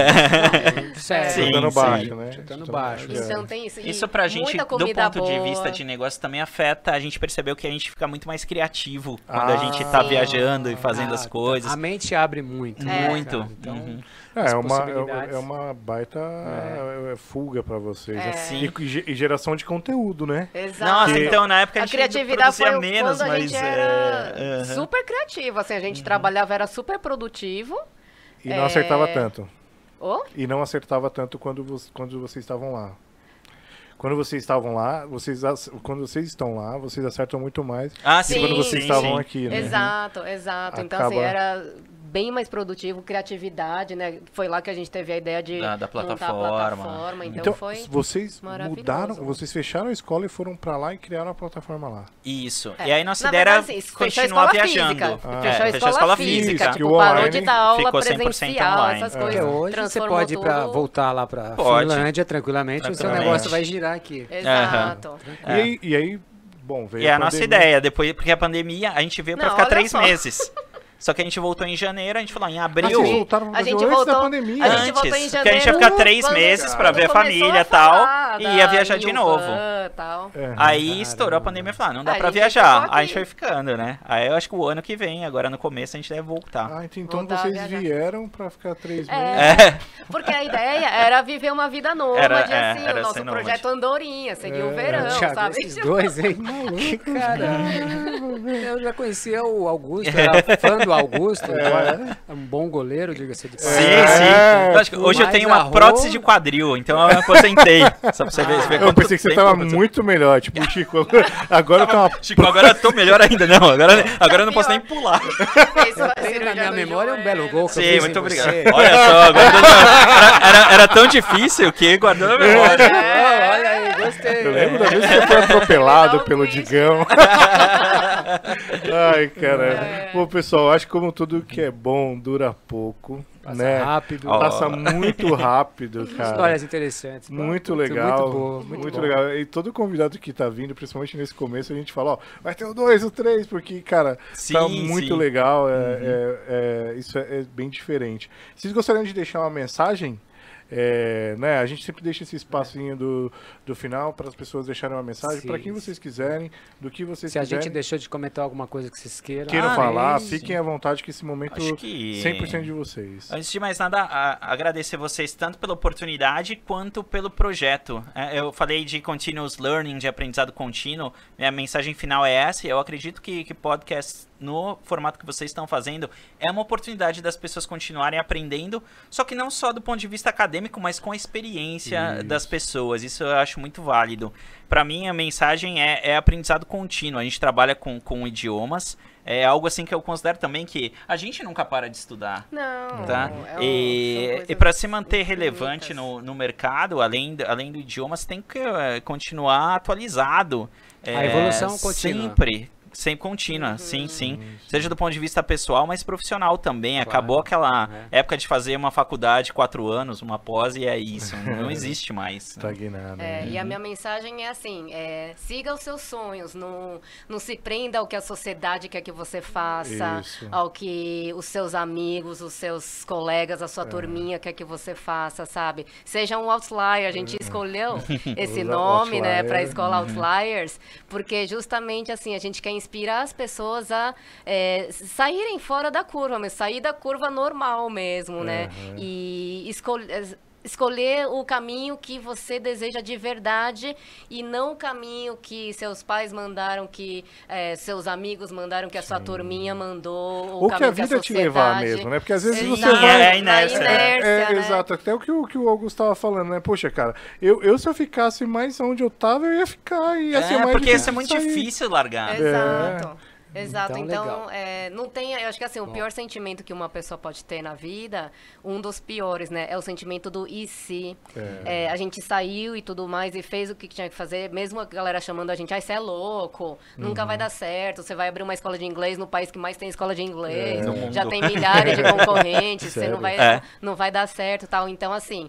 anos. Sério. Sim, Chutando sim. baixo, né? Chutando Chutando baixo. baixo, é. Então tem isso. E Isso pra gente, muita do comida ponto de boa. vista de negócio, também afeta. A gente percebeu que a gente fica muito mais criativo quando a Ah, gente tá sim. viajando e fazendo Ah, as coisas. A mente abre muito. né, Muito. cara? Então, Uhum. É, as é uma, possibilidades. é uma baita é, fuga pra vocês. É. né? Sim. E, ge- e geração de conteúdo, né? Exato. Nossa, Que- então na época a A gente criatividade produzia foi menos, quando a mas gente era é, aham. super criativo. Assim, a gente trabalhava, era super produtivo. E não É. acertava tanto. Oh, E não acertava tanto quando, vo- quando vocês estavam lá. Quando vocês estavam lá, vocês ac- quando vocês estão lá, vocês acertam muito mais Ah, que sim, quando vocês sim, estavam sim. aqui, né? exato, exato. Então, assim, Acaba- era bem mais produtivo, criatividade, né? Foi lá que a gente teve a ideia de Da- da montar a plataforma. plataforma. Então, Então, foi... vocês maravilhoso. mudaram, vocês fecharam a escola e foram pra lá e criaram a plataforma lá. Isso. É. E aí nossa Na ideia verdade, era assim, fechou a continuar escola viajando. física. Ah. Fechou a É, escola, física. Física, que Tipo, o parou online de dar aula ficou cem por cento presencial, online. essas É. coisas. Porque hoje você Transformou pode ir pra, tudo. voltar lá pra Pode. Finlândia tranquilamente, o seu Tranquilamente. negócio vai girar aqui. Exato. E, aí, e aí, bom, veio E é a pandemia. nossa ideia, depois, porque a pandemia, a gente veio pra Não, ficar olha três só. meses. Só que a gente voltou em janeiro, a gente falou em Ah, abril. vocês voltaram pro A Brasil gente antes da voltou- pandemia. a gente Antes, voltou em porque a gente ia ficar janeiro, três quando- meses pra quando ver a começou família a e tal, falar e da ia viajar de Yuvan, novo. tal. É. Aí estourou a pandemia e falou, ah, não dá A pra gente viajar. ficou Aí a gente aqui. foi ficando, né? Aí eu acho que o ano que vem, agora no começo, a gente deve voltar. Ah, então, então Voltar a vocês viajar. vieram pra ficar três meses. É, É. porque a ideia era viver uma vida nômade, Era- é, assim, era o nosso ser nômade. projeto Andorinha, seguir É. o verão, Thiago, sabe? esses dois, hein? Que cara. Eu já conhecia o Augusto, era fã do Augusto, agora é um bom goleiro, diga-se de Sim, passagem. sim. Eu acho que hoje eu mais tenho uma arroz. prótese de quadril, então eu aposentei. Só pra você ver. Você ver Eu quanto pensei que você tempo tava aconteceu. muito melhor. Tipo, o Chico, agora tá uma... Chico, agora eu tô melhor ainda, não. Agora, agora eu não posso nem pular. Fez uma Tenho cirurgia na minha no memória um joelho. belo gol que eu Sim, fiz muito em obrigado. você. Olha só, guardou na- era, era, era tão difícil que guardou na memória. Oh, olha aí, gostei. Eu lembro da vez que você foi atropelado Não, pelo bicho. Digão. Ai, cara. É. Bom, pessoal, acho que como tudo que é bom dura pouco, Passa né? rápido. Ó. Passa muito rápido, cara. Histórias interessantes. Muito Muito, legal, Muito boa, muito, muito bom. legal. E todo convidado que tá vindo, principalmente nesse começo, a gente fala, ó, vai ter o dois, o três, porque, cara, Sim, tá muito sim. legal. É, é- é- isso é, é bem diferente. Vocês gostariam de deixar uma mensagem É, né, a gente sempre deixa esse espacinho do, do final para as pessoas deixarem uma mensagem para quem vocês quiserem, do que vocês Se quiserem. a gente deixou de comentar alguma coisa que vocês queiram, Queiram Ah, falar, sim. fiquem à vontade que esse momento Acho que- cem por cento de vocês. Antes de mais nada, a- agradecer vocês tanto pela oportunidade quanto pelo projeto. É, eu falei de continuous learning, de aprendizado contínuo. Minha mensagem final é essa. Eu acredito que, que podcast, no formato que vocês estão fazendo, é uma oportunidade das pessoas continuarem aprendendo, só que não só do ponto de vista acadêmico, mas com a experiência Isso. das pessoas. Isso eu acho muito válido. Para mim, a mensagem é, é aprendizado contínuo. A gente trabalha com, com idiomas. É algo assim que eu considero também que a gente nunca para de estudar. Não. Tá? é um- são E, coisas e para se manter infinitas. relevante no, no mercado, além, do- além do idioma, você tem que eh, continuar atualizado. A eh, evolução contínua. Sempre. Sempre contínua, sim, sim. Seja do ponto de vista pessoal, mas profissional também. Claro. Acabou aquela É. época de fazer uma faculdade, quatro anos, uma pós e é isso. Não existe mais. Estagnado. É, né? e a minha mensagem é assim, é, siga os seus sonhos, não, não se prenda ao que a sociedade quer que você faça, Isso. ao que os seus amigos, os seus colegas, a sua turminha quer que você faça, sabe? Seja um outlier, a gente escolheu esse Os nome, né, para a outlier. escola Outliers, porque justamente assim, a gente quer inspirar as pessoas a é, saírem fora da curva, mas sair da curva normal mesmo, né? Aham. E escolher... Escolher o caminho que você deseja de verdade e não o caminho que seus pais mandaram, que eh, seus amigos mandaram, que a sua turminha mandou. O Ou que a caminho vida a te levar sociedade- mesmo, né? Porque às vezes Sim, você é, vai... é a inércia. Na inércia, É, né? exato, até o que o, que o Augusto estava falando, né? Poxa, cara, eu, eu se eu ficasse mais onde eu tava, eu ia ficar e ia ser É, mais porque isso difícil é muito de sair. difícil largar. Exato. Exato, Então, então, legal. é, não tem, eu acho que assim, o pior sentimento que uma pessoa pode ter na vida, um dos piores, né, é o sentimento do e se. É. É, a gente saiu e tudo mais e fez o que tinha que fazer, mesmo a galera chamando a gente, ai, você é louco, nunca Uhum. vai dar certo, você vai abrir uma escola de inglês no país que mais tem escola de inglês, É. No mundo. já tem milhares de concorrentes, você Sério? não vai, É. não vai dar certo, tal. Então, assim,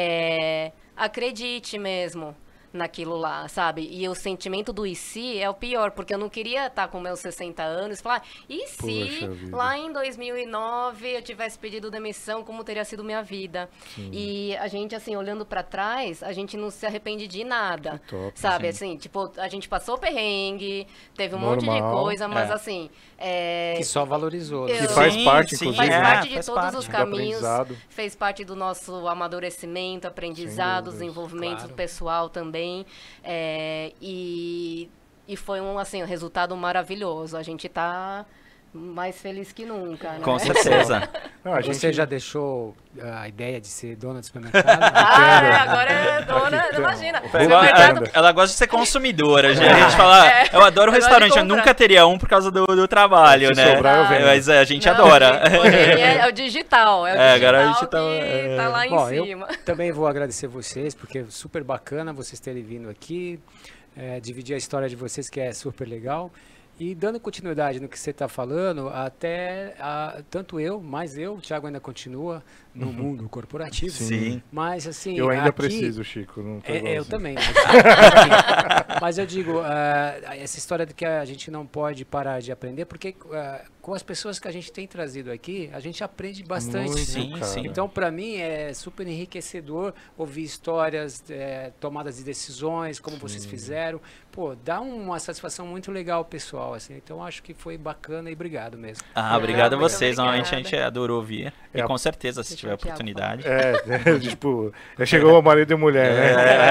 é, acredite mesmo naquilo lá, sabe? E o sentimento do e se é o pior, porque eu não queria estar com meus sessenta anos e falar, e se Poxa vida. lá em dois mil e nove eu tivesse pedido demissão, como teria sido minha vida? E a gente, assim, olhando pra trás, a gente não se arrepende de nada, Que top, sabe? Assim, tipo, a gente passou perrengue, teve um monte de Normal. coisa, mas É. assim, é, Que só valorizou. né? Eu- Que faz Sim, parte, sim, inclusive. faz é, parte de faz todos parte os do caminhos, aprendizado. fez parte do nosso amadurecimento, aprendizado, dúvidas, desenvolvimento claro. pessoal também. É, e, e foi um, assim, um resultado maravilhoso. A gente tá mais feliz que nunca, né? Com certeza. Não, a Você gente- já deixou ah, a ideia de ser dona de supermercado? Ah, é, agora é dona, Aqui, imagina. tem. Ela, Supermercado, ela- ela gosta de ser consumidora. Já. A gente fala, É. eu adoro Eu gosto de restaurante. Eu comprar. nunca teria um por causa do, do trabalho, Se né? sobrar, eu vendo. Mas a gente Não, adora. hoje- hoje é, é o digital, é o É, digital agora a gente tá- que é. tá lá em Bom, cima. eu também vou agradecer vocês, porque é super bacana vocês terem vindo aqui, é, dividir a história de vocês, que é super legal. E dando continuidade no que você está falando, até a- tanto eu, mais eu, o Thiago ainda continua no mundo corporativo. Sim. Mas assim. Eu ainda aqui- preciso, Chico. Não tô É, igual eu você. também. Mas, enfim. Mas eu digo, ah, essa história de que a gente não pode parar de aprender, porque ah, com as pessoas que a gente tem trazido aqui, a gente aprende bastante. Muito, Sim, cara. sim. Então, para mim, é super enriquecedor ouvir histórias, é, tomadas de decisões, como vocês fizeram. Pô, dá uma satisfação muito legal, pessoal. Assim. Então, acho que foi bacana e obrigado mesmo. Ah, obrigado a muito vocês. Normalmente a obrigada. gente adorou ouvir. É E a- com certeza, se Deixa tiver o Thiago oportunidade. É, tipo, já chegou o marido e mulher, né?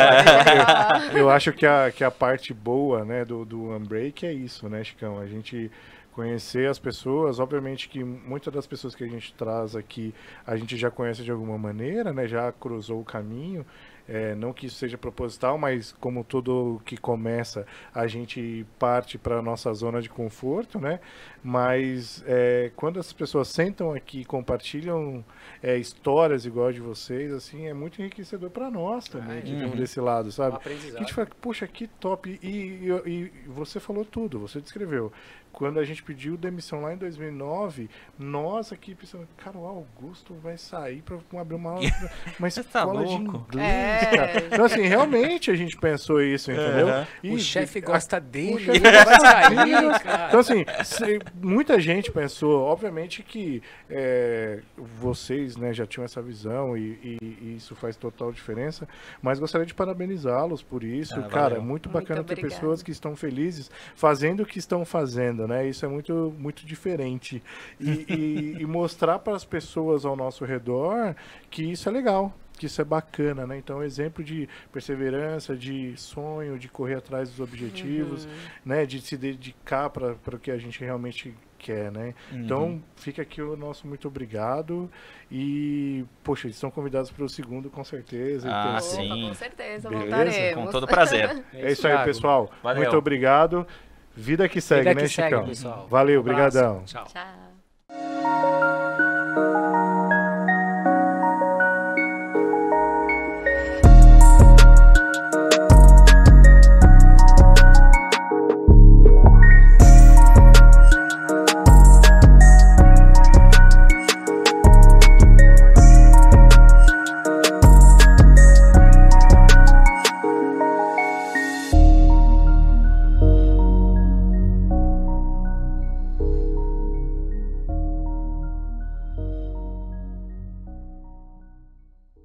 É. Eu acho que a, que a parte boa, né, do, do Unbreak é isso, né, Chicão? A gente conhecer as pessoas, obviamente que muitas das pessoas que a gente traz aqui, a gente já conhece de alguma maneira, né, já cruzou o caminho, é, não que isso seja proposital, mas como tudo que começa, a gente parte para a nossa zona de conforto, né? Mas é, quando as pessoas sentam aqui e compartilham é, histórias igual a de vocês, assim, é muito enriquecedor para nós também, que estamos Uhum. desse lado, Um sabe? A aprendizado. gente fala, poxa, que top. E, e, e você falou tudo, você descreveu. Quando a gente pediu demissão lá em dois mil e nove, nós aqui pensamos, cara, o Augusto vai sair para abrir uma, uma Você escola tá de louco? inglês. É, É. Então, assim, realmente a gente pensou isso, entendeu? Uhum. E, O chefe e- gosta o dele, chefe ele vai gosta sair, dele. cara. Então, assim, se- muita gente pensou, obviamente que é, vocês, né, já tinham essa visão e, e- e isso faz total diferença, mas gostaria de parabenizá-los por isso. Ah, Cara, valeu. é muito Muito bacana ter obrigada. pessoas que estão felizes fazendo o que estão fazendo, né? Isso é muito, muito diferente. E, e- e mostrar para as pessoas ao nosso redor que isso é legal, que isso é bacana, né? Então, exemplo de perseverança, de sonho, de correr atrás dos objetivos, né? De se dedicar para o que a gente realmente quer, né? Então, fica aqui o nosso muito obrigado e, poxa, eles estão convidados para o segundo, com certeza. Ah, Então, sim. Opa, com certeza, Beleza? voltaremos. Com todo prazer. é isso aí, Thiago. pessoal. Valeu. Muito obrigado. Vida que segue, Vida né, que segue, Chicão? pessoal. Valeu, Um abraço. brigadão. Tchau. Tchau.